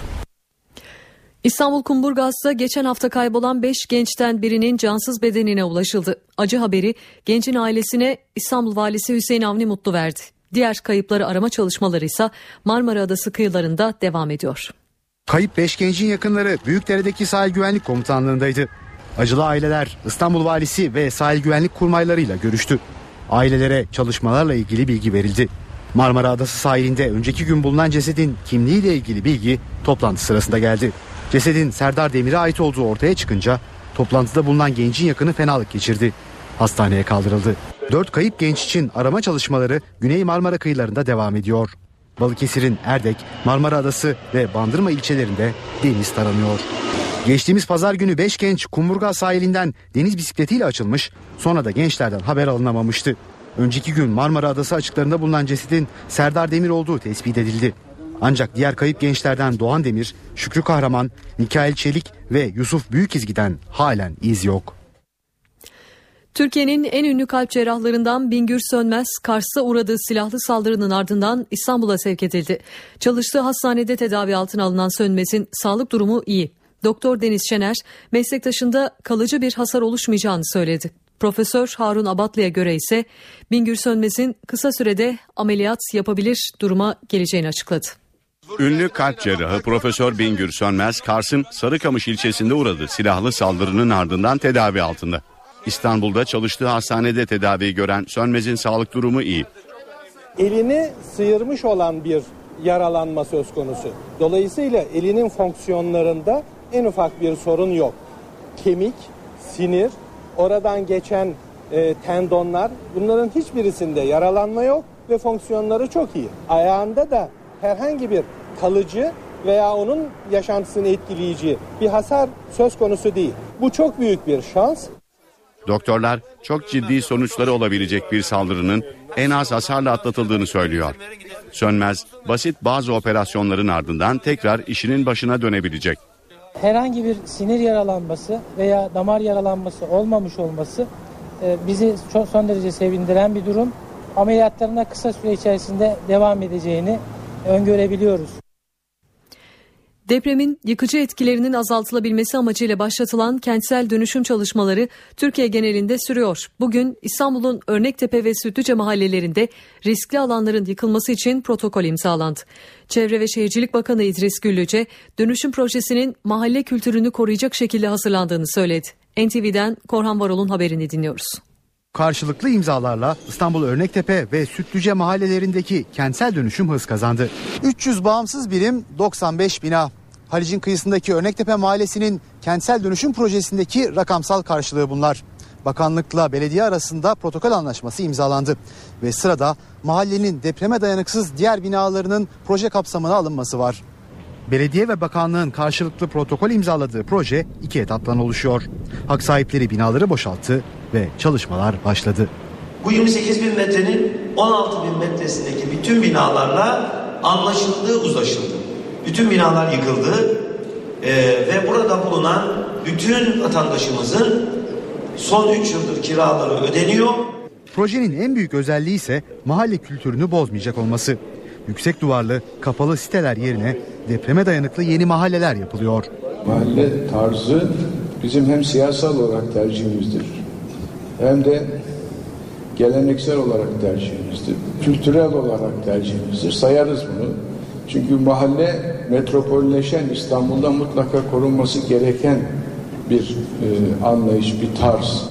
İstanbul Kumburgaz'da geçen hafta kaybolan 5 gençten birinin cansız bedenine ulaşıldı. Acı haberi gencin ailesine İstanbul Valisi Hüseyin Avni Mutlu verdi. Diğer kayıpları arama çalışmaları ise Marmara Adası kıyılarında devam ediyor. Kayıp 5 gencin yakınları Büyükdere'deki Sahil Güvenlik Komutanlığı'ndaydı. Acılı aileler İstanbul Valisi ve sahil güvenlik kurmaylarıyla görüştü. Ailelere çalışmalarla ilgili bilgi verildi. Marmara Adası sahilinde önceki gün bulunan cesedin kimliğiyle ilgili bilgi toplantı sırasında geldi. Cesedin Serdar Demir'e ait olduğu ortaya çıkınca toplantıda bulunan gencin yakını fenalık geçirdi. Hastaneye kaldırıldı. 4 kayıp genç için arama çalışmaları Güney Marmara kıyılarında devam ediyor. Balıkesir'in Erdek, Marmara Adası ve Bandırma ilçelerinde deniz taranıyor. Geçtiğimiz pazar günü 5 genç Kumburgaz sahilinden deniz bisikletiyle açılmış, sonra da gençlerden haber alınamamıştı. Önceki gün Marmara Adası açıklarında bulunan cesedin Serdar Demir olduğu tespit edildi. Ancak diğer kayıp gençlerden Doğan Demir, Şükrü Kahraman, Mikail Çelik ve Yusuf Büyükizgi'den halen iz yok. Türkiye'nin en ünlü kalp cerrahlarından Bingür Sönmez, Kars'ta uğradığı silahlı saldırının ardından İstanbul'a sevk edildi. Çalıştığı hastanede tedavi altına alınan Sönmez'in sağlık durumu iyi. Doktor Deniz Şener, meslektaşında kalıcı bir hasar oluşmayacağını söyledi. Profesör Harun Abatlı'ya göre ise Bingür Sönmez'in kısa sürede ameliyat yapabilir duruma geleceğini açıkladı. Ünlü kalp cerrahı Profesör Bingür Sönmez, Kars'ın Sarıkamış ilçesinde uğradığı silahlı saldırının ardından tedavi altında. İstanbul'da çalıştığı hastanede tedavi gören Sönmez'in sağlık durumu iyi. Elini sıyırmış olan bir yaralanma söz konusu. Dolayısıyla elinin fonksiyonlarında en ufak bir sorun yok. Kemik, sinir, oradan geçen tendonlar, bunların hiçbirisinde yaralanma yok ve fonksiyonları çok iyi. Ayağında da herhangi bir kalıcı veya onun yaşantısını etkileyici bir hasar söz konusu değil. Bu çok büyük bir şans. Doktorlar çok ciddi sonuçları olabilecek bir saldırının en az hasarla atlatıldığını söylüyor. Sönmez, basit bazı operasyonların ardından tekrar işinin başına dönebilecek. Herhangi bir sinir yaralanması veya damar yaralanması olmamış olması bizi çok son derece sevindiren bir durum. Ameliyatlarına kısa süre içerisinde devam edeceğini öngörebiliyoruz. Depremin yıkıcı etkilerinin azaltılabilmesi amacıyla başlatılan kentsel dönüşüm çalışmaları Türkiye genelinde sürüyor. Bugün İstanbul'un Örnektepe ve Sütlüce mahallelerinde riskli alanların yıkılması için protokol imzalandı. Çevre ve Şehircilik Bakanı İdris Güllüce, dönüşüm projesinin mahalle kültürünü koruyacak şekilde hazırlandığını söyledi. NTV'den Korhan Varol'un haberini dinliyoruz. Karşılıklı imzalarla İstanbul Örnektepe ve Sütlüce mahallelerindeki kentsel dönüşüm hız kazandı. 300 bağımsız birim, 95 bina. Halic'in kıyısındaki Örnektepe mahallesinin kentsel dönüşüm projesindeki rakamsal karşılığı bunlar. Bakanlıkla belediye arasında protokol anlaşması imzalandı. Ve sırada mahallenin depreme dayanıksız diğer binalarının proje kapsamına alınması var. Belediye ve bakanlığın karşılıklı protokol imzaladığı proje 2 etaptan oluşuyor. Hak sahipleri binaları boşalttı ve çalışmalar başladı. Bu 28.000 metrenin 16.000 metresindeki bütün binalarla anlaşıldı, uzlaşıldı. Bütün binalar yıkıldı ve burada bulunan bütün vatandaşımızın son 3 yıldır kiraları ödeniyor. Projenin en büyük özelliği ise mahalle kültürünü bozmayacak olması. Yüksek duvarlı, kapalı siteler yerine depreme dayanıklı yeni mahalleler yapılıyor. Mahalle tarzı bizim hem siyasal olarak tercihimizdir, hem de geleneksel olarak tercihimizdir, kültürel olarak tercihimizdir. Sayarız bunu. Çünkü mahalle metropolleşen İstanbul'da mutlaka korunması gereken bir anlayış, bir tarz.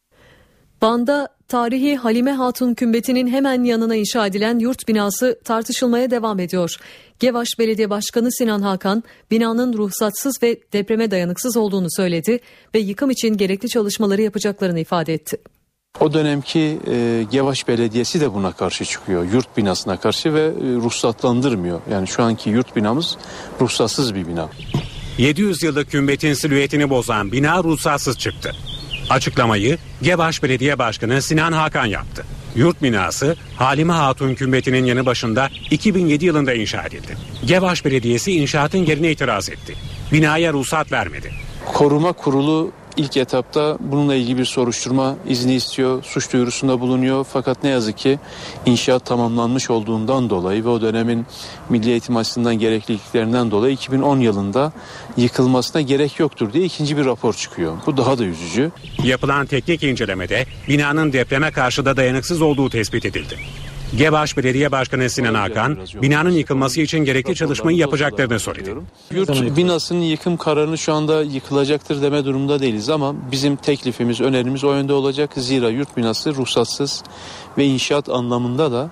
Van'da tarihi Halime Hatun Kümbeti'nin hemen yanına inşa edilen yurt binası tartışılmaya devam ediyor. Gevaş Belediye Başkanı Sinan Hakan, binanın ruhsatsız ve depreme dayanıksız olduğunu söyledi ve yıkım için gerekli çalışmaları yapacaklarını ifade etti. O dönemki Gevaş Belediyesi de buna karşı çıkıyor. Yurt binasına karşı ve ruhsatlandırmıyor. Yani şu anki yurt binamız ruhsatsız bir bina. 700 yıllık kümbetin silüetini bozan bina ruhsatsız çıktı. Açıklamayı Gevaş Belediye Başkanı Sinan Hakan yaptı. Yurt binası Halime Hatun Kümbeti'nin yanı başında 2007 yılında inşa edildi. Gevaş Belediyesi inşaatın yerine itiraz etti. Binaya ruhsat vermedi. Koruma Kurulu ilk etapta bununla ilgili bir soruşturma izni istiyor, suç duyurusunda bulunuyor. Fakat ne yazık ki inşaat tamamlanmış olduğundan dolayı ve o dönemin milli eğitim açısından gerekliliklerinden dolayı 2010 yılında yıkılmasına gerek yoktur diye ikinci bir rapor çıkıyor. Bu daha da üzücü. Yapılan teknik incelemede binanın depreme karşı da dayanıksız olduğu tespit edildi. Gevaş Belediye Başkanı Sinan Hakan, binanın yıkılması için gerekli çalışmayı yapacaklarını söyledi. Yurt binasının yıkım kararını şu anda yıkılacaktır deme durumunda değiliz ama bizim teklifimiz, önerimiz o yönde olacak. Zira yurt binası ruhsatsız ve inşaat anlamında da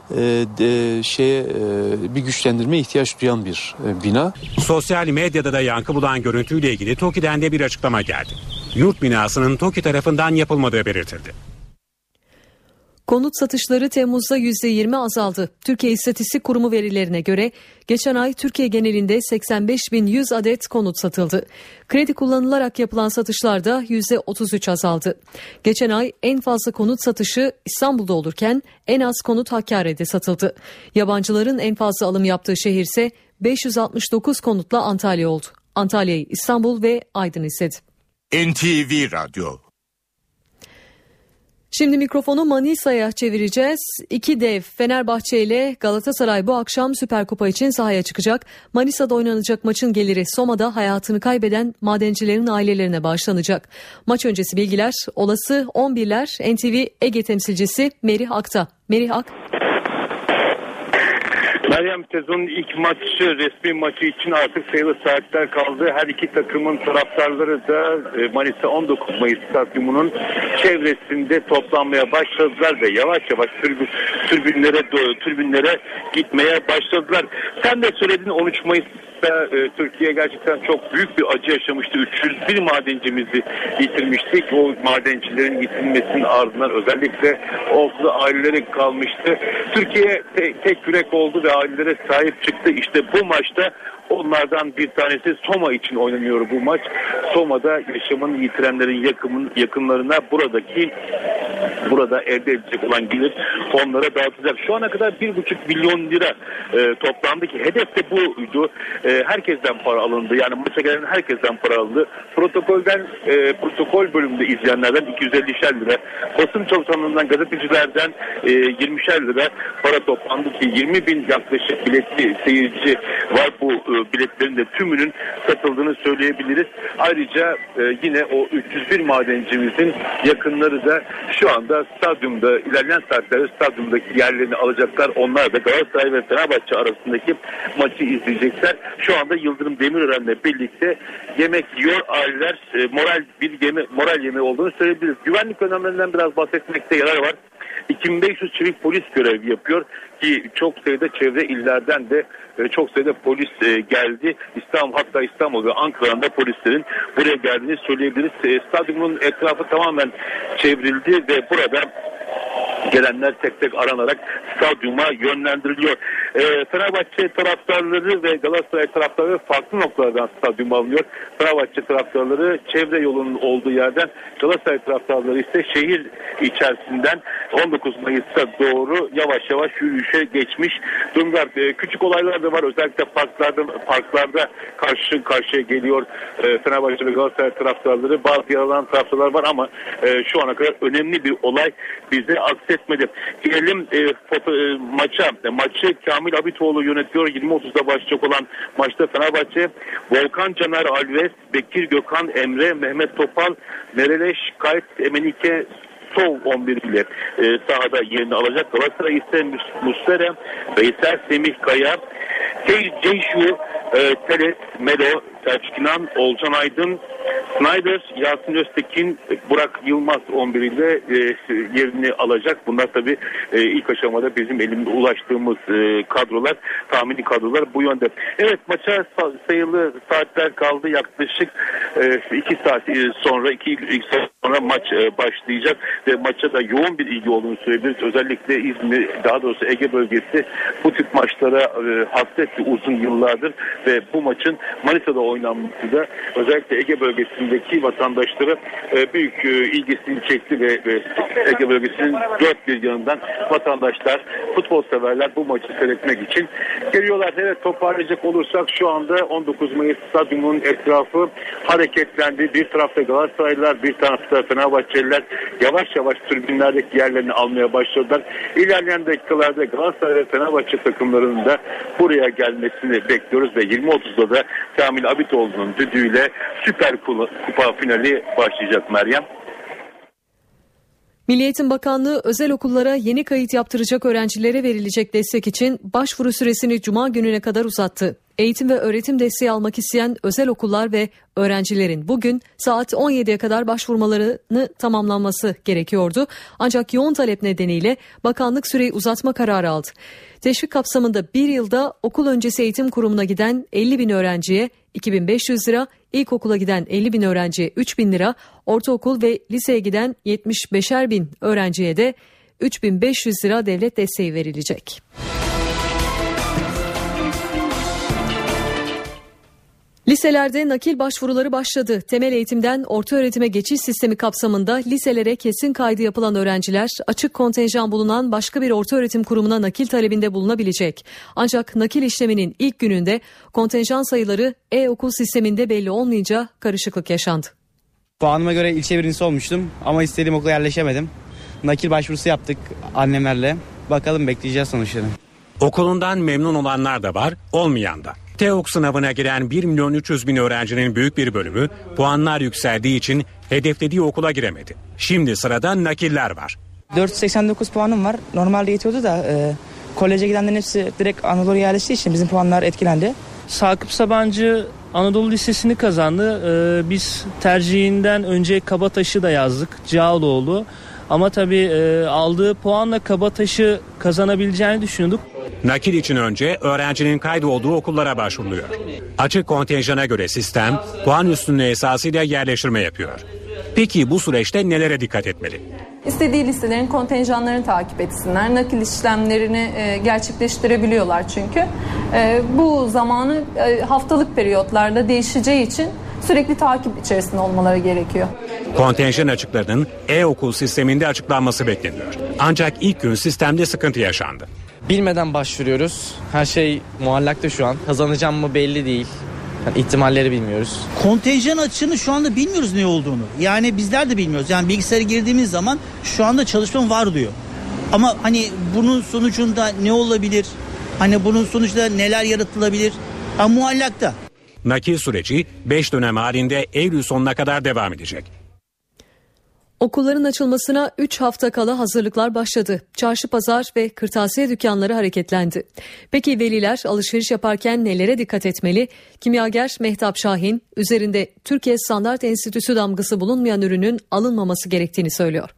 bir güçlendirme ihtiyaç duyan bir bina. Sosyal medyada da yankı bulan görüntüyle ilgili TOKİ'den de bir açıklama geldi. Yurt binasının TOKİ tarafından yapılmadığı belirtildi. Konut satışları Temmuz'da %20 azaldı. Türkiye İstatistik Kurumu verilerine göre geçen ay Türkiye genelinde 85.100 adet konut satıldı. Kredi kullanılarak yapılan satışlarda %33 azaldı. Geçen ay en fazla konut satışı İstanbul'da olurken en az konut Hakkari'de satıldı. Yabancıların en fazla alım yaptığı şehir ise 569 konutla Antalya oldu. Antalya'yı İstanbul ve Aydın izledi. NTV Radyo. Şimdi mikrofonu Manisa'ya çevireceğiz. İki dev Fenerbahçe ile Galatasaray bu akşam Süper Kupa için sahaya çıkacak. Manisa'da oynanacak maçın geliri Soma'da hayatını kaybeden madencilerin ailelerine bağışlanacak. Maç öncesi bilgiler olası 11'ler NTV Ege temsilcisi Merih Ak'ta. Merih Ak. Meryem, sezonun ilk maçı, resmi maçı için artık sayılı saatler kaldı. Her iki takımın taraftarları da Manisa 19 Mayıs stadyumunun çevresinde toplanmaya başladılar ve yavaş yavaş tribünlere gitmeye başladılar. Sen de söyledin, 13 Mayıs'ta Türkiye gerçekten çok büyük bir acı yaşamıştı. 301 madencimizi yitirmiştik. O madencilerin getirilmesinin ardından özellikle ortada aileleri kalmıştı. Türkiye tek yürek oldu ve ailelere sahip çıktı. İşte bu maçta Onlardan bir tanesi Soma için oynanıyor bu maç. Soma'da yaşamını yitirenlerin yakınlarına burada elde edecek olan gelir onlara dağıtacak. Şu ana kadar 1,5 milyon lira toplandı ki hedef de buydu. Herkesten para alındı. Yani maça gelen herkesten para alındı. Protokol bölümünde izleyenlerden 250'şer lira. Basın çalışanlarından, gazetecilerden 20'şer lira para toplandı ki 20 bin yaklaşık biletli seyirci var. Bu biletlerin de tümünün satıldığını söyleyebiliriz. Ayrıca yine o 301 madencimizin yakınları da şu anda stadyumda, ilerleyen saatlerde stadyumdaki yerlerini alacaklar. Onlar da Galatasaray ve Fenerbahçe arasındaki maçı izleyecekler. Şu anda Yıldırım Demirören'le birlikte yemek yiyor aileler. Moral yemeği olduğunu söyleyebiliriz. Güvenlik önlemlerinden biraz bahsetmekte yarar var. 2500 çevik polis görev yapıyor ki çok sayıda çevre illerden de çok sayıda polis geldi. Hatta İstanbul ve Ankara'da polislerin buraya geldiğini söyleyebiliriz. Stadyumun etrafı tamamen çevrildi ve burada gelenler tek tek aranarak stadyuma yönlendiriliyor. Fenerbahçe taraftarları ve Galatasaray taraftarları farklı noktalardan stadyuma alınıyor. Fenerbahçe taraftarları çevre yolunun olduğu yerden, Galatasaray taraftarları ise şehir içerisinden 19 Mayıs'a doğru yavaş yavaş yürüyüşe geçmiş durumlar. Küçük olaylar da var. Özellikle parklarda karşı karşıya geliyor Fenerbahçe ve Galatasaray taraftarları. Bazı yaralanan taraftarlar var ama şu ana kadar önemli bir olay bize aksetmedi. Gelelim maça. Maçı Kamil Abitoğlu yönetiyor. 20.30'da başlayacak olan maçta Fenerbahçe Volkan Caner Alves, Bekir Gökhan Emre, Mehmet Topal, Mereleş Kayıt, Emenike Sol 11 ile sahada yerini alacak. Galatasaray ise Muslera, Veysel Semih Kaya, Ceyşu, Teles, Melo, Selçuk İnan, Olcan Aydın, Snyder, Yasin Öztekin, Burak Yılmaz 11 ile yerini alacak. Bunlar tabii ilk aşamada bizim elimde ulaştığımız kadrolar, tahmini kadrolar bu yönde. Evet, maça sayılı saatler kaldı. Yaklaşık 2 saat sonra maç başlayacak ve maça da yoğun bir ilgi olduğunu söyleyebiliriz. Özellikle İzmir, daha doğrusu Ege bölgesi bu tip maçlara hasretti uzun yıllardır ve bu maçın Manisa'da oynanması da özellikle Ege bölgesindeki vatandaşları büyük ilgisini çekti ve Ege bölgesinin dört bir yanından vatandaşlar, futbol severler bu maçı seyretmek için geliyorlar. Evet, toparlayacak olursak şu anda 19 Mayıs stadyumunun etrafı hareketlendi. Bir tarafta Galatasaraylılar, bir tarafta Fenerbahçeliler yavaş yavaş tribünlerdeki yerlerini almaya başladılar. İlerleyen dakikalarda Galatasaray ve Fenerbahçe takımlarının da buraya gelmesini bekliyoruz ve 20.30'da da Kamil Abitoğlu'nun düdüğüyle Süper Kupa finali başlayacak Meryem. Milli Eğitim Bakanlığı özel okullara yeni kayıt yaptıracak öğrencilere verilecek destek için başvuru süresini Cuma gününe kadar uzattı. Eğitim ve öğretim desteği almak isteyen özel okullar ve öğrencilerin bugün saat 17'ye kadar başvurmalarını tamamlanması gerekiyordu. Ancak yoğun talep nedeniyle bakanlık süreyi uzatma kararı aldı. Teşvik kapsamında bir yılda okul öncesi eğitim kurumuna giden 50 bin öğrenciye 2.500 lira, ilkokula giden 50 bin öğrenciye 3.000 lira, ortaokul ve liseye giden 75'er bin öğrenciye de 3.500 lira devlet desteği verilecek. Liselerde nakil başvuruları başladı. Temel eğitimden orta öğretime geçiş sistemi kapsamında liselere kesin kaydı yapılan öğrenciler açık kontenjan bulunan başka bir orta öğretim kurumuna nakil talebinde bulunabilecek. Ancak nakil işleminin ilk gününde kontenjan sayıları e-okul sisteminde belli olmayınca karışıklık yaşandı. Puanıma göre ilçe birincisi olmuştum ama istediğim okula yerleşemedim. Nakil başvurusu yaptık annemlerle. Bakalım, bekleyeceğiz sonuçları. Okulundan memnun olanlar da var, olmayan da. TEOK sınavına giren 1.300.000 öğrencinin büyük bir bölümü puanlar yükseldiği için hedeflediği okula giremedi. Şimdi sırada nakiller var. 489 puanım var. Normalde yetiyordu da koleje gidenlerin hepsi direkt Anadolu'ya yerleştiği için bizim puanlar etkilendi. Sakıp Sabancı Anadolu Lisesi'ni kazandı. Biz tercihinden önce Kabataş'ı da yazdık. Cağaloğlu. Ama tabii aldığı puanla Kabataş'ı kazanabileceğini düşündük. Nakil için önce öğrencinin kaydolduğu okullara başvuruluyor. Açık kontenjana göre sistem puan üstünlüğü esasıyla yerleştirme yapıyor. Peki bu süreçte nelere dikkat etmeli? İstediği listelerin kontenjanlarını takip etsinler. Nakil işlemlerini gerçekleştirebiliyorlar çünkü. Bu zamanı haftalık periyotlarda değişeceği için sürekli takip içerisinde olmaları gerekiyor. Kontenjan açıklarının e-okul sisteminde açıklanması bekleniyor. Ancak ilk gün sistemde sıkıntı yaşandı. Bilmeden başvuruyoruz. Her şey muallakta şu an. Kazanacağım mı belli değil. Yani ihtimalleri bilmiyoruz. Kontenjan açığını şu anda bilmiyoruz ne olduğunu. Yani bizler de bilmiyoruz. Yani bilgisayara girdiğimiz zaman şu anda çalışma var diyor. Ama hani bunun sonucunda ne olabilir? Hani bunun sonucunda neler yaratılabilir? Muallakta. Nakil süreci 5 dönem halinde Eylül sonuna kadar devam edecek. Okulların açılmasına 3 hafta kala hazırlıklar başladı. Çarşı, pazar ve kırtasiye dükkanları hareketlendi. Peki veliler alışveriş yaparken nelere dikkat etmeli? Kimyager Mehtap Şahin, üzerinde Türkiye Standart Enstitüsü damgası bulunmayan ürünün alınmaması gerektiğini söylüyor.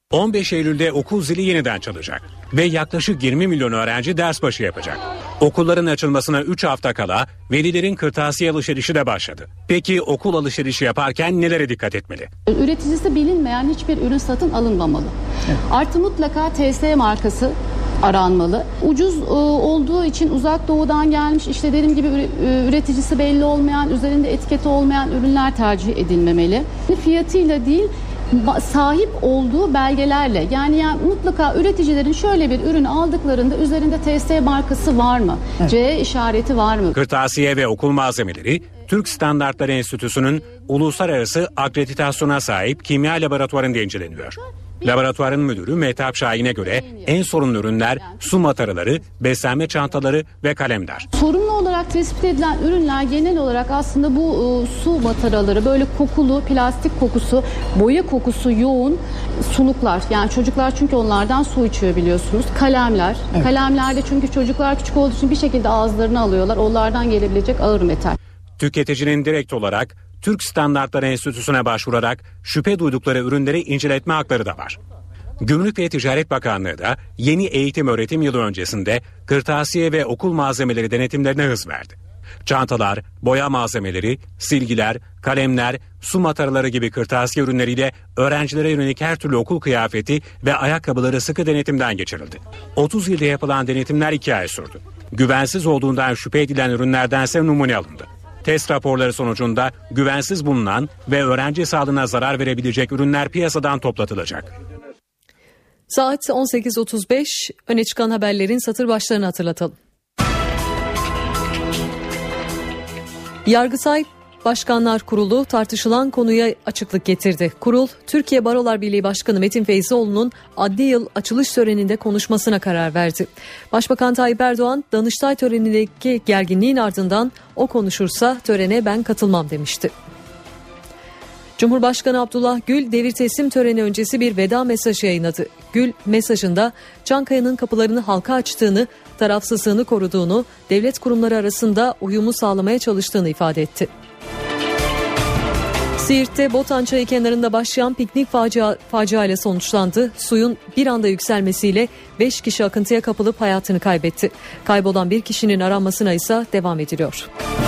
15 Eylül'de okul zili yeniden çalacak ve yaklaşık 20 milyon öğrenci ders başı yapacak. Okulların açılmasına 3 hafta kala velilerin kırtasiye alışverişi de başladı. Peki okul alışverişi yaparken nelere dikkat etmeli? Üreticisi bilinmeyen hiçbir ürün satın alınmamalı. Evet. Artı mutlaka TS markası aranmalı. Ucuz olduğu için Uzak Doğu'dan gelmiş, işte dediğim gibi üreticisi belli olmayan, üzerinde etiketi olmayan ürünler tercih edilmemeli. Fiyatıyla değil, sahip olduğu belgelerle, yani mutlaka üreticilerin şöyle bir ürün aldıklarında üzerinde TS markası var mı? Evet. C işareti var mı? Kırtasiye ve okul malzemeleri Türk Standartları Enstitüsü'nün uluslararası akreditasyona sahip kimya laboratuvarında inceleniyor. Laboratuvarın müdürü Mehtap Şahin'e göre en sorunlu ürünler su mataraları, beslenme çantaları ve kalemler. Sorunlu olarak tespit edilen ürünler genel olarak aslında bu su mataraları, böyle kokulu, plastik kokusu, boya kokusu yoğun suluklar. Yani çocuklar çünkü onlardan su içiyor biliyorsunuz. Kalemler. Evet. Kalemlerde çünkü çocuklar küçük olduğu için bir şekilde ağızlarına alıyorlar. Onlardan gelebilecek ağır metal. Tüketicinin direkt olarak Türk Standartları Enstitüsü'ne başvurarak şüphe duydukları ürünleri inceletme hakları da var. Gümrük ve Ticaret Bakanlığı da yeni eğitim öğretim yılı öncesinde kırtasiye ve okul malzemeleri denetimlerine hız verdi. Çantalar, boya malzemeleri, silgiler, kalemler, su mataraları gibi kırtasiye ürünleriyle öğrencilere yönelik her türlü okul kıyafeti ve ayakkabıları sıkı denetimden geçirildi. 30 ilde yapılan denetimler 2 ay sürdü. Güvensiz olduğundan şüphe edilen ürünlerdense numune alındı. Test raporları sonucunda güvensiz bulunan ve öğrenci sağlığına zarar verebilecek ürünler piyasadan toplatılacak. Saat 18.35, öne çıkan haberlerin satır başlarını hatırlatalım. Yargıtay Başkanlar Kurulu tartışılan konuya açıklık getirdi. Kurul, Türkiye Barolar Birliği Başkanı Metin Feyzoğlu'nun adli yıl açılış töreninde konuşmasına karar verdi. Başbakan Tayyip Erdoğan, Danıştay törenindeki gerginliğin ardından o konuşursa törene ben katılmam demişti. Cumhurbaşkanı Abdullah Gül, devir teslim töreni öncesi bir veda mesajı yayınladı. Gül, mesajında Çankaya'nın kapılarını halka açtığını, tarafsızlığını koruduğunu, devlet kurumları arasında uyumu sağlamaya çalıştığını ifade etti. Siirt'te Botan Çayı kenarında başlayan piknik faciayla sonuçlandı. Suyun bir anda yükselmesiyle 5 kişi akıntıya kapılıp hayatını kaybetti. Kaybolan bir kişinin aranmasına ise devam ediliyor.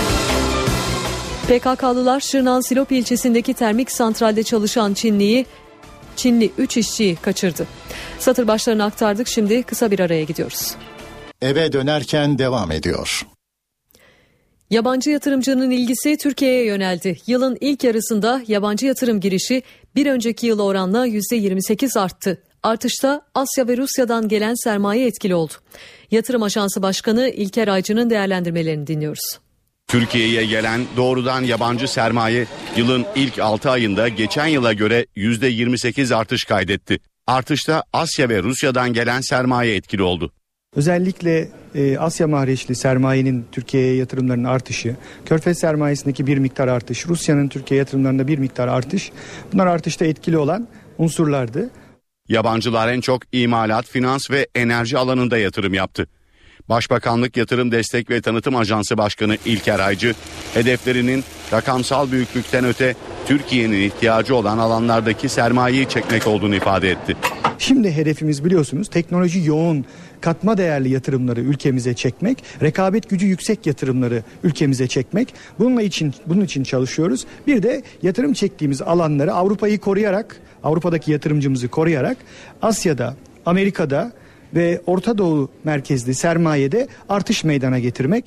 PKK'lılar Şırnak'ın Silop ilçesindeki termik santralde çalışan Çinli 3 işçiyi kaçırdı. Satır başlarını aktardık, şimdi kısa bir araya gidiyoruz. Eve dönerken devam ediyor. Yabancı yatırımcının ilgisi Türkiye'ye yöneldi. Yılın ilk yarısında yabancı yatırım girişi bir önceki yıla oranla %28 arttı. Artışta Asya ve Rusya'dan gelen sermaye etkili oldu. Yatırım Ajansı Başkanı İlker Aycı'nın değerlendirmelerini dinliyoruz. Türkiye'ye gelen doğrudan yabancı sermaye yılın ilk 6 ayında geçen yıla göre %28 artış kaydetti. Artışta Asya ve Rusya'dan gelen sermaye etkili oldu. Özellikle Asya mahreçli sermayenin Türkiye'ye yatırımlarının artışı, Körfez sermayesindeki bir miktar artış, Rusya'nın Türkiye yatırımlarında bir miktar artış, bunlar artışta etkili olan unsurlardı. Yabancılar en çok imalat, finans ve enerji alanında yatırım yaptı. Başbakanlık Yatırım Destek ve Tanıtım Ajansı Başkanı İlker Aycı, hedeflerinin rakamsal büyüklükten öte Türkiye'nin ihtiyacı olan alanlardaki sermayeyi çekmek olduğunu ifade etti. Şimdi hedefimiz biliyorsunuz teknoloji yoğun, katma değerli yatırımları ülkemize çekmek, rekabet gücü yüksek yatırımları ülkemize çekmek. Bunun için çalışıyoruz. Bir de yatırım çektiğimiz alanları Avrupa'yı koruyarak, Avrupa'daki yatırımcımızı koruyarak Asya'da, Amerika'da ve Orta Doğu merkezli sermayede artış meydana getirmek.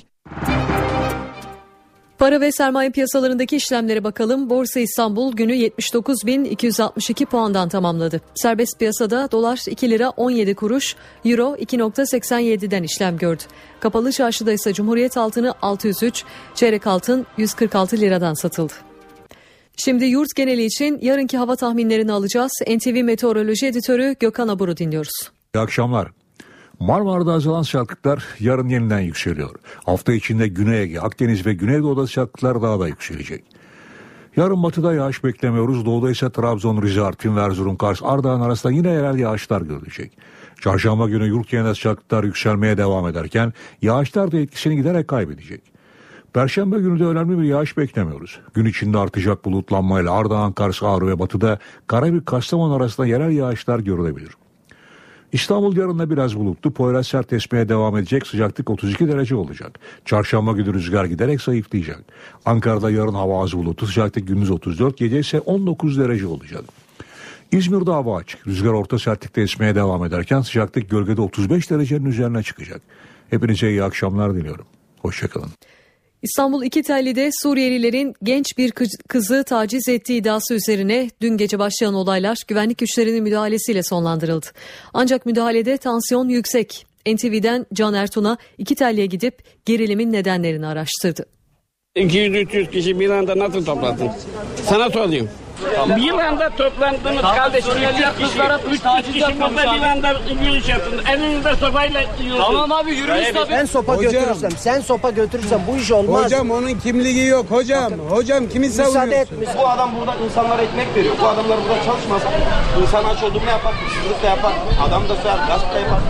Para ve sermaye piyasalarındaki işlemlere bakalım. Borsa İstanbul günü 79.262 puandan tamamladı. Serbest piyasada dolar 2 lira 17 kuruş, euro 2.87'den işlem gördü. Kapalı çarşıda ise Cumhuriyet altını 603, çeyrek altın 146 liradan satıldı. Şimdi yurt geneli için yarınki hava tahminlerini alacağız. NTV Meteoroloji Editörü Gökhan Abur'u dinliyoruz. İyi akşamlar. Marmara'da azalan sıcaklıklar yarın yeniden yükseliyor. Hafta içinde Güney Ege, Akdeniz ve Güneydoğu'da sıcaklıklar daha da yükselecek. Yarın batıda yağış beklemiyoruz. Doğuda ise Trabzon, Rize, Artvin ve Erzurum, Kars, Ardahan arasında yine yerel yağışlar görülecek. Çarşamba günü yurt genelinde sıcaklıklar yükselmeye devam ederken yağışlar da etkisini giderek kaybedecek. Perşembe günü de önemli bir yağış beklemiyoruz. Gün içinde artacak bulutlanmayla Ardahan, Kars, Ağrı ve batıda Karabük, Kastamonu arasında yerel yağışlar görülebilir. İstanbul yarın da biraz bulutlu. Poyraz sert esmeye devam edecek. Sıcaklık 32 derece olacak. Çarşamba günü rüzgar giderek zayıflayacak. Ankara'da yarın hava az bulutlu. Sıcaklık gündüz 34, gece ise 19 derece olacak. İzmir'de hava açık. Rüzgar orta sertlikte esmeye devam ederken sıcaklık gölgede 35 derecenin üzerine çıkacak. Hepinize iyi akşamlar diliyorum. Hoşçakalın. İstanbul İkitelli'de Suriyelilerin genç bir kızı taciz ettiği iddiası üzerine dün gece başlayan olaylar güvenlik güçlerinin müdahalesiyle sonlandırıldı. Ancak müdahalede tansiyon yüksek. NTV'den Can Ertun'a İkitelli'ye gidip gerilimin nedenlerini araştırdı. 200-300 kişi bir anda nasıl topladın? Sana sorayım. Tamam. Bir anda toplandınız kardeşim. 300 kişi burada bir anda yürüyüş yaptın. Elinizde sopayla yürüdün. Tamam abi yürüyüş tabii. Ben sopa götürürsem, sen sopa götürürsen bu iş olmaz. Hocam onun kimliği yok hocam. Bakın, hocam kimi savunuyorsun? Bu adam burada insanlara ekmek veriyor. Bu adamlar burada çalışmasa insan aç olduğunu yapar, hırsızlık da yapar, adam da soyar, gasp da yapar.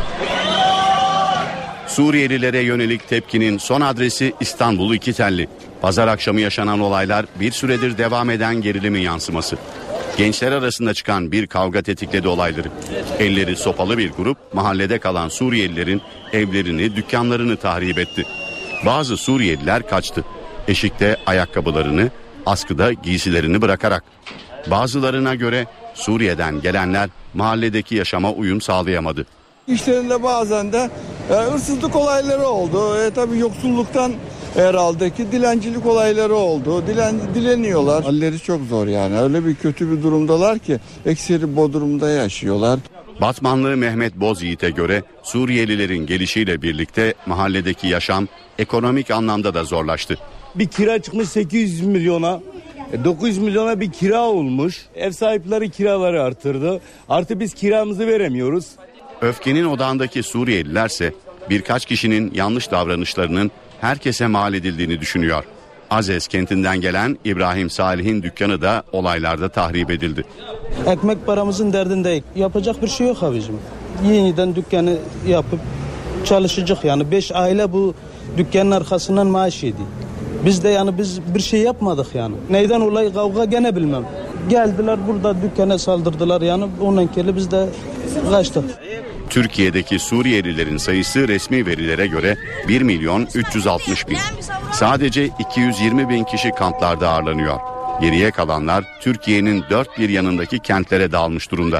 Suriyelilere yönelik tepkinin son adresi İstanbul İkitelli. Pazar akşamı yaşanan olaylar bir süredir devam eden gerilimin yansıması. Gençler arasında çıkan bir kavga tetikledi olayları. Elleri sopalı bir grup mahallede kalan Suriyelilerin evlerini, dükkanlarını tahrip etti. Bazı Suriyeliler kaçtı. Eşikte ayakkabılarını, askıda giysilerini bırakarak. Bazılarına göre Suriye'den gelenler mahalledeki yaşama uyum sağlayamadı. İşlerinde bazen de hırsızlık olayları oldu. Tabii yoksulluktan herhalde ki dilencilik olayları oldu. Dileniyorlar. Halleri çok zor yani. Öyle bir kötü bir durumdalar ki ekseri Bodrum'da yaşıyorlar. Batmanlı Mehmet Bozyiğit'e göre Suriyelilerin gelişiyle birlikte mahalledeki yaşam ekonomik anlamda da zorlaştı. Bir kira çıkmış 800 milyona. 900 milyona bir kira olmuş. Ev sahipleri kiraları artırdı. Artık biz kiramızı veremiyoruz. Öfkenin odağındaki Suriyelilerse birkaç kişinin yanlış davranışlarının herkese mal edildiğini düşünüyor. Azez kentinden gelen İbrahim Salih'in dükkanı da olaylarda tahrip edildi. Ekmek paramızın derdindeyiz. Yapacak bir şey yok abicim. Yeniden dükkanı yapıp çalışacak yani. 5 aile bu dükkanın arkasından maaş yedi. Biz de biz bir şey yapmadık yani. Neyden olay kavga gene bilmem. Geldiler burada dükkana saldırdılar yani. Ondan kere biz de kaçtık. Türkiye'deki Suriyelilerin sayısı resmi verilere göre 1.360.000. Sadece 220.000 kişi kamplarda ağırlanıyor. Geriye kalanlar Türkiye'nin dört bir yanındaki kentlere dağılmış durumda.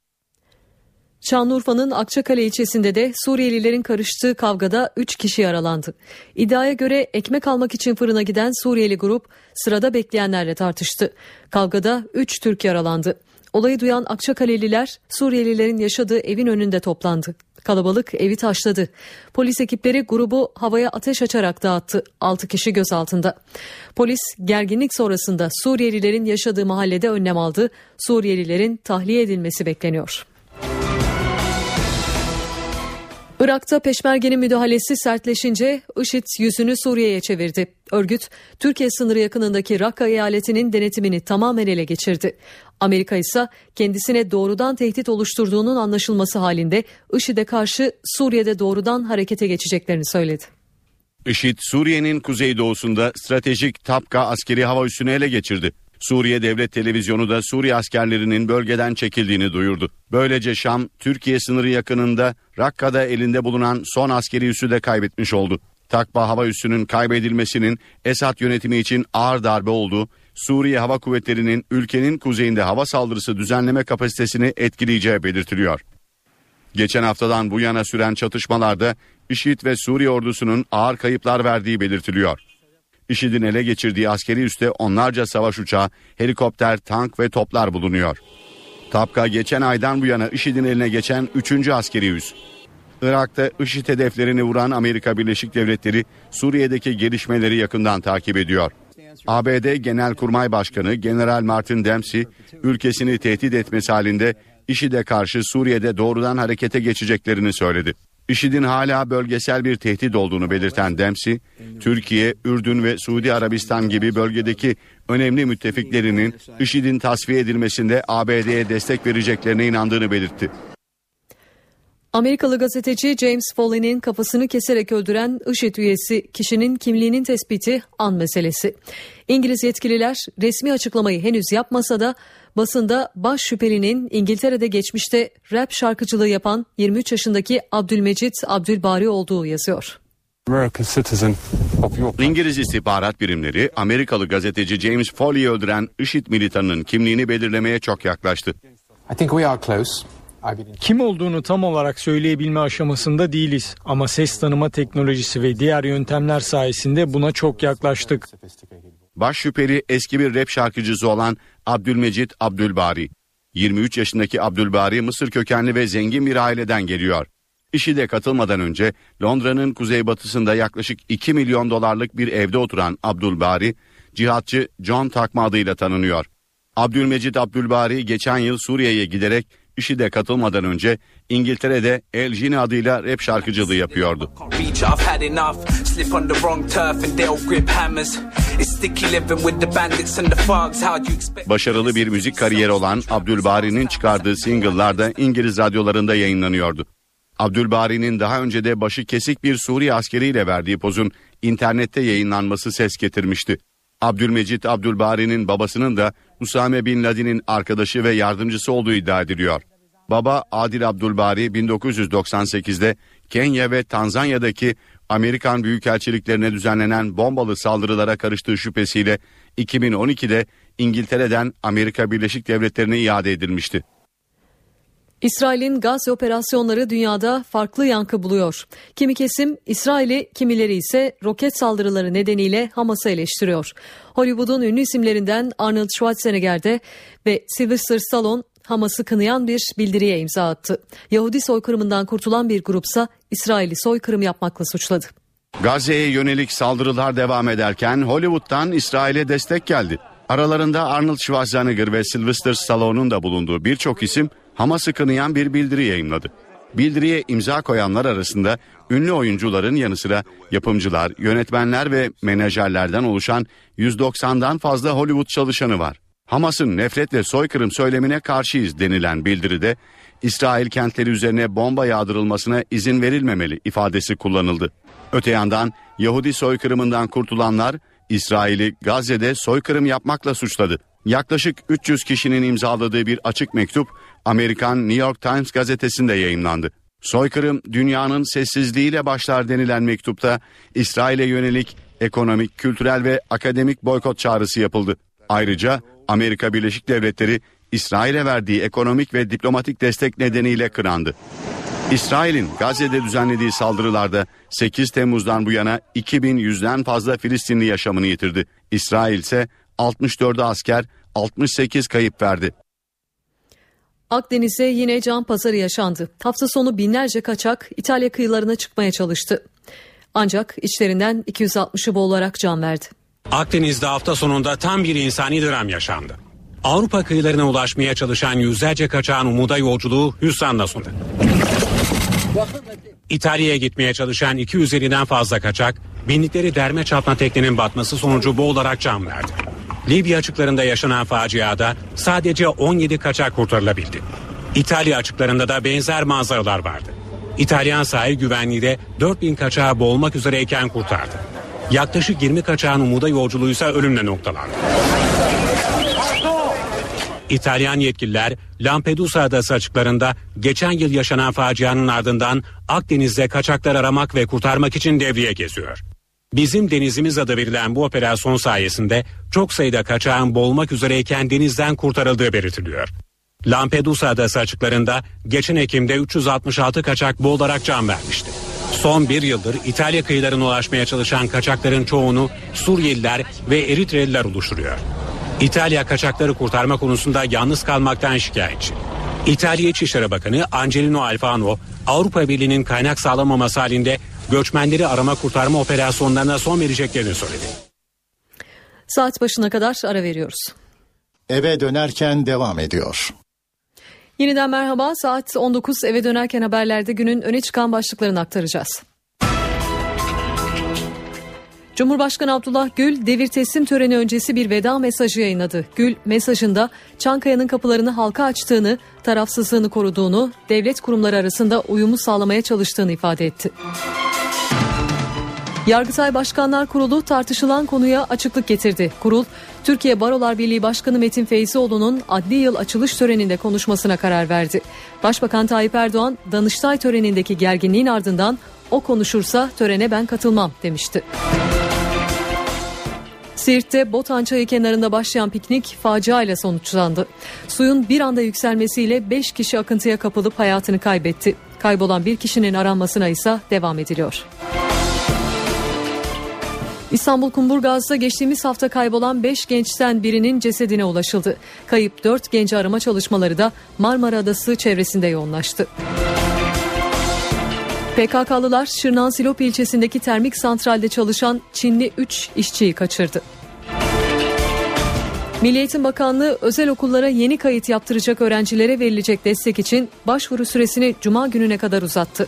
Şanlıurfa'nın Akçakale ilçesinde de Suriyelilerin karıştığı kavgada 3 kişi yaralandı. İddiaya göre ekmek almak için fırına giden Suriyeli grup sırada bekleyenlerle tartıştı. Kavgada 3 Türk yaralandı. Olayı duyan Akçakaleliler Suriyelilerin yaşadığı evin önünde toplandı. Kalabalık evi taşladı. Polis ekipleri grubu havaya ateş açarak dağıttı. 6 kişi gözaltında. Polis gerginlik sonrasında Suriyelilerin yaşadığı mahallede önlem aldı. Suriyelilerin tahliye edilmesi bekleniyor. Irak'ta Peşmerge'nin müdahalesi sertleşince IŞİD yüzünü Suriye'ye çevirdi. Örgüt, Türkiye sınırı yakınındaki Rakka eyaletinin denetimini tamamen ele geçirdi. Amerika ise kendisine doğrudan tehdit oluşturduğunun anlaşılması halinde IŞİD'e karşı Suriye'de doğrudan harekete geçeceklerini söyledi. IŞİD, Suriye'nin kuzeydoğusunda stratejik Tabka askeri hava üssünü ele geçirdi. Suriye Devlet Televizyonu da Suriye askerlerinin bölgeden çekildiğini duyurdu. Böylece Şam, Türkiye sınırı yakınında Rakka'da elinde bulunan son askeri üssü de kaybetmiş oldu. Takba hava üssünün kaybedilmesinin Esad yönetimi için ağır darbe olduğu, Suriye Hava Kuvvetleri'nin ülkenin kuzeyinde hava saldırısı düzenleme kapasitesini etkileyeceği belirtiliyor. Geçen haftadan bu yana süren çatışmalarda IŞİD ve Suriye ordusunun ağır kayıplar verdiği belirtiliyor. IŞİD'in ele geçirdiği askeri üste onlarca savaş uçağı, helikopter, tank ve toplar bulunuyor. Tapka geçen aydan bu yana IŞİD'in eline geçen 3. askeri üs. Irak'ta IŞİD hedeflerini vuran Amerika Birleşik Devletleri Suriye'deki gelişmeleri yakından takip ediyor. ABD Genelkurmay Başkanı General Martin Dempsey, ülkesini tehdit etmesi halinde IŞİD'e karşı Suriye'de doğrudan harekete geçeceklerini söyledi. IŞİD'in hala bölgesel bir tehdit olduğunu belirten Dempsey, Türkiye, Ürdün ve Suudi Arabistan gibi bölgedeki önemli müttefiklerinin IŞİD'in tasfiye edilmesinde ABD'ye destek vereceklerine inandığını belirtti. Amerikalı gazeteci James Foley'nin kafasını keserek öldüren IŞİD üyesi kişinin kimliğinin tespiti an meselesi. İngiliz yetkililer resmi açıklamayı henüz yapmasa da basında baş şüphelinin İngiltere'de geçmişte rap şarkıcılığı yapan 23 yaşındaki Abdülmecit Abdülbari olduğu yazıyor. İngiliz istihbarat birimleri Amerikalı gazeteci James Foley'i öldüren IŞİD militanının kimliğini belirlemeye çok yaklaştı. Kim olduğunu tam olarak söyleyebilme aşamasında değiliz ama ses tanıma teknolojisi ve diğer yöntemler sayesinde buna çok yaklaştık. Baş şüpheli eski bir rap şarkıcısı olan Abdülmecit Abdülbari. 23 yaşındaki Abdülbari Mısır kökenli ve zengin bir aileden geliyor. IŞİD'e katılmadan önce Londra'nın kuzeybatısında yaklaşık 2 milyon dolarlık bir evde oturan Abdülbari, cihatçı John Takma adıyla tanınıyor. Abdülmecit Abdülbari geçen yıl Suriye'ye giderek IŞİD'e katılmadan önce İngiltere'de El Jini adıyla rap şarkıcılığı yapıyordu. Başarılı bir müzik kariyeri olan Abdülbari'nin çıkardığı single'lar da İngiliz radyolarında yayınlanıyordu. Abdülbari'nin daha önce de başı kesik bir Suriye askeriyle verdiği pozun internette yayınlanması ses getirmişti. Abdülmecit Abdülbari'nin babasının da Usame Bin Laden'in arkadaşı ve yardımcısı olduğu iddia ediliyor. Baba Adil Abdülbari 1998'de Kenya ve Tanzanya'daki Amerikan büyükelçiliklerine düzenlenen bombalı saldırılara karıştığı şüphesiyle 2012'de İngiltere'den Amerika Birleşik Devletleri'ne iade edilmişti. İsrail'in Gazze operasyonları dünyada farklı yankı buluyor. Kimi kesim İsrail'i, kimileri ise roket saldırıları nedeniyle Hamas'ı eleştiriyor. Hollywood'un ünlü isimlerinden Arnold Schwarzenegger ve Sylvester Stallone Hamas'ı kınayan bir bildiriye imza attı. Yahudi soykırımından kurtulan bir grupsa İsrail'i soykırım yapmakla suçladı. Gazze'ye yönelik saldırılar devam ederken Hollywood'dan İsrail'e destek geldi. Aralarında Arnold Schwarzenegger ve Sylvester Stallone'un da bulunduğu birçok isim Hamas'ı kınayan bir bildiri yayımladı. Bildiriye imza koyanlar arasında ünlü oyuncuların yanı sıra yapımcılar, yönetmenler ve menajerlerden oluşan 190'dan fazla Hollywood çalışanı var. Hamas'ın nefret ve soykırım söylemine karşıyız denilen bildiride İsrail kentleri üzerine bomba yağdırılmasına izin verilmemeli ifadesi kullanıldı. Öte yandan Yahudi soykırımından kurtulanlar İsrail'i Gazze'de soykırım yapmakla suçladı. Yaklaşık 300 kişinin imzaladığı bir açık mektup Amerikan New York Times gazetesinde yayımlandı. Soykırım dünyanın sessizliğiyle başlar denilen mektupta İsrail'e yönelik ekonomik, kültürel ve akademik boykot çağrısı yapıldı. Ayrıca Amerika Birleşik Devletleri İsrail'e verdiği ekonomik ve diplomatik destek nedeniyle kınandı. İsrail'in Gazze'de düzenlediği saldırılarda 8 Temmuz'dan bu yana 2100'den fazla Filistinli yaşamını yitirdi. İsrail ise 64 asker, 68 kayıp verdi. Akdeniz'de yine can pazarı yaşandı. Hafta sonu binlerce kaçak İtalya kıyılarına çıkmaya çalıştı. Ancak içlerinden 260'ı boğularak can verdi. Akdeniz'de hafta sonunda tam bir insani dram yaşandı. Avrupa kıyılarına ulaşmaya çalışan yüzlerce kaçağın umuda yolculuğu hüsranla sona erdi. İtalya'ya gitmeye çalışan 250'den fazla kaçak, bindikleri derme çatma teknenin batması sonucu boğularak can verdi. Libya açıklarında yaşanan faciada sadece 17 kaçak kurtarılabildi. İtalya açıklarında da benzer manzaralar vardı. İtalyan sahil güvenliği de 4000 kaçağı boğulmak üzereyken kurtardı. Yaklaşık 20 kaçağın umuda yolculuğuysa ölümle noktalandı. İtalyan yetkililer Lampedusa adası açıklarında geçen yıl yaşanan facianın ardından Akdeniz'de kaçaklar aramak ve kurtarmak için devreye geziyor. Bizim denizimiz adı verilen bu operasyon sayesinde çok sayıda kaçağın boğulmak üzereyken denizden kurtarıldığı belirtiliyor. Lampedusa adası açıklarında geçen Ekim'de 366 kaçak boğularak can vermişti. Son bir yıldır İtalya kıyılarına ulaşmaya çalışan kaçakların çoğunu Suriyeliler ve Eritreliler oluşturuyor. İtalya kaçakları kurtarma konusunda yalnız kalmaktan şikayetçi. İtalya İçişleri Bakanı Angelino Alfano, Avrupa Birliği'nin kaynak sağlamaması halinde göçmenleri arama kurtarma operasyonlarına son vereceklerini söyledi. Saat başına kadar ara veriyoruz. Eve dönerken devam ediyor. Yeniden merhaba. Saat 19, eve dönerken haberlerde günün öne çıkan başlıklarını aktaracağız. Cumhurbaşkanı Abdullah Gül, devir teslim töreni öncesi bir veda mesajı yayınladı. Gül, mesajında Çankaya'nın kapılarını halka açtığını, tarafsızlığını koruduğunu, devlet kurumları arasında uyumu sağlamaya çalıştığını ifade etti. Yargıtay Başkanlar Kurulu tartışılan konuya açıklık getirdi. Kurul, Türkiye Barolar Birliği Başkanı Metin Feyzioğlu'nun adli yıl açılış töreninde konuşmasına karar verdi. Başbakan Tayyip Erdoğan, Danıştay törenindeki gerginliğin ardından o konuşursa törene ben katılmam demişti. Siirt'te Botan Çayı kenarında başlayan piknik faciayla sonuçlandı. Suyun bir anda yükselmesiyle 5 kişi akıntıya kapılıp hayatını kaybetti. Kaybolan bir kişinin aranmasına ise devam ediliyor. İstanbul Kumburgaz'da geçtiğimiz hafta kaybolan 5 gençten birinin cesedine ulaşıldı. Kayıp 4 genci arama çalışmaları da Marmara Adası çevresinde yoğunlaştı. PKK'lılar Şırnak'ın Silop ilçesindeki termik santralde çalışan Çinli 3 işçiyi kaçırdı. Milli Eğitim Bakanlığı özel okullara yeni kayıt yaptıracak öğrencilere verilecek destek için başvuru süresini Cuma gününe kadar uzattı.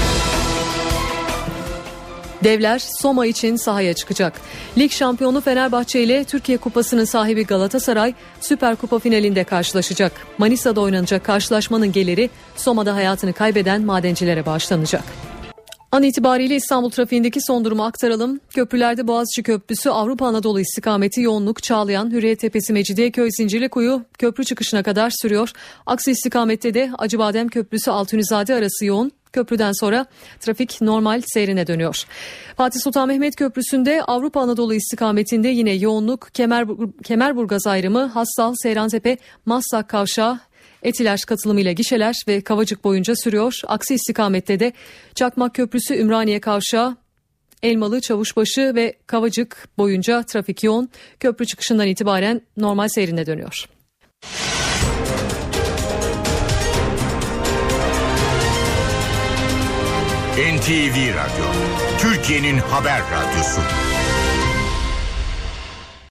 Devler Soma için sahaya çıkacak. Lig şampiyonu Fenerbahçe ile Türkiye Kupası'nın sahibi Galatasaray Süper Kupa finalinde karşılaşacak. Manisa'da oynanacak karşılaşmanın geliri Soma'da hayatını kaybeden madencilere bağışlanacak. An itibariyle İstanbul trafiğindeki son durumu aktaralım. Köprülerde Boğaziçi Köprüsü Avrupa Anadolu istikameti yoğunluk Çağlayan, Hürriyettepe, Mecidiyeköy, Zincirlikuyu köprü çıkışına kadar sürüyor. Aksi istikamette de Acıbadem Köprüsü Altunizade arası yoğun. Köprüden sonra trafik normal seyrine dönüyor. Fatih Sultan Mehmet Köprüsü'nde Avrupa Anadolu istikametinde yine yoğunluk Kemerburgaz ayrımı, Hassal, Seyrantepe, Maslak Kavşağı, Etiler katılımıyla gişeler ve Kavacık boyunca sürüyor. Aksi istikamette de Çakmak Köprüsü, Ümraniye Kavşağı, Elmalı, Çavuşbaşı ve Kavacık boyunca trafik yoğun. Köprü çıkışından itibaren normal seyrine dönüyor. NTV Radyo, Türkiye'nin haber radyosu.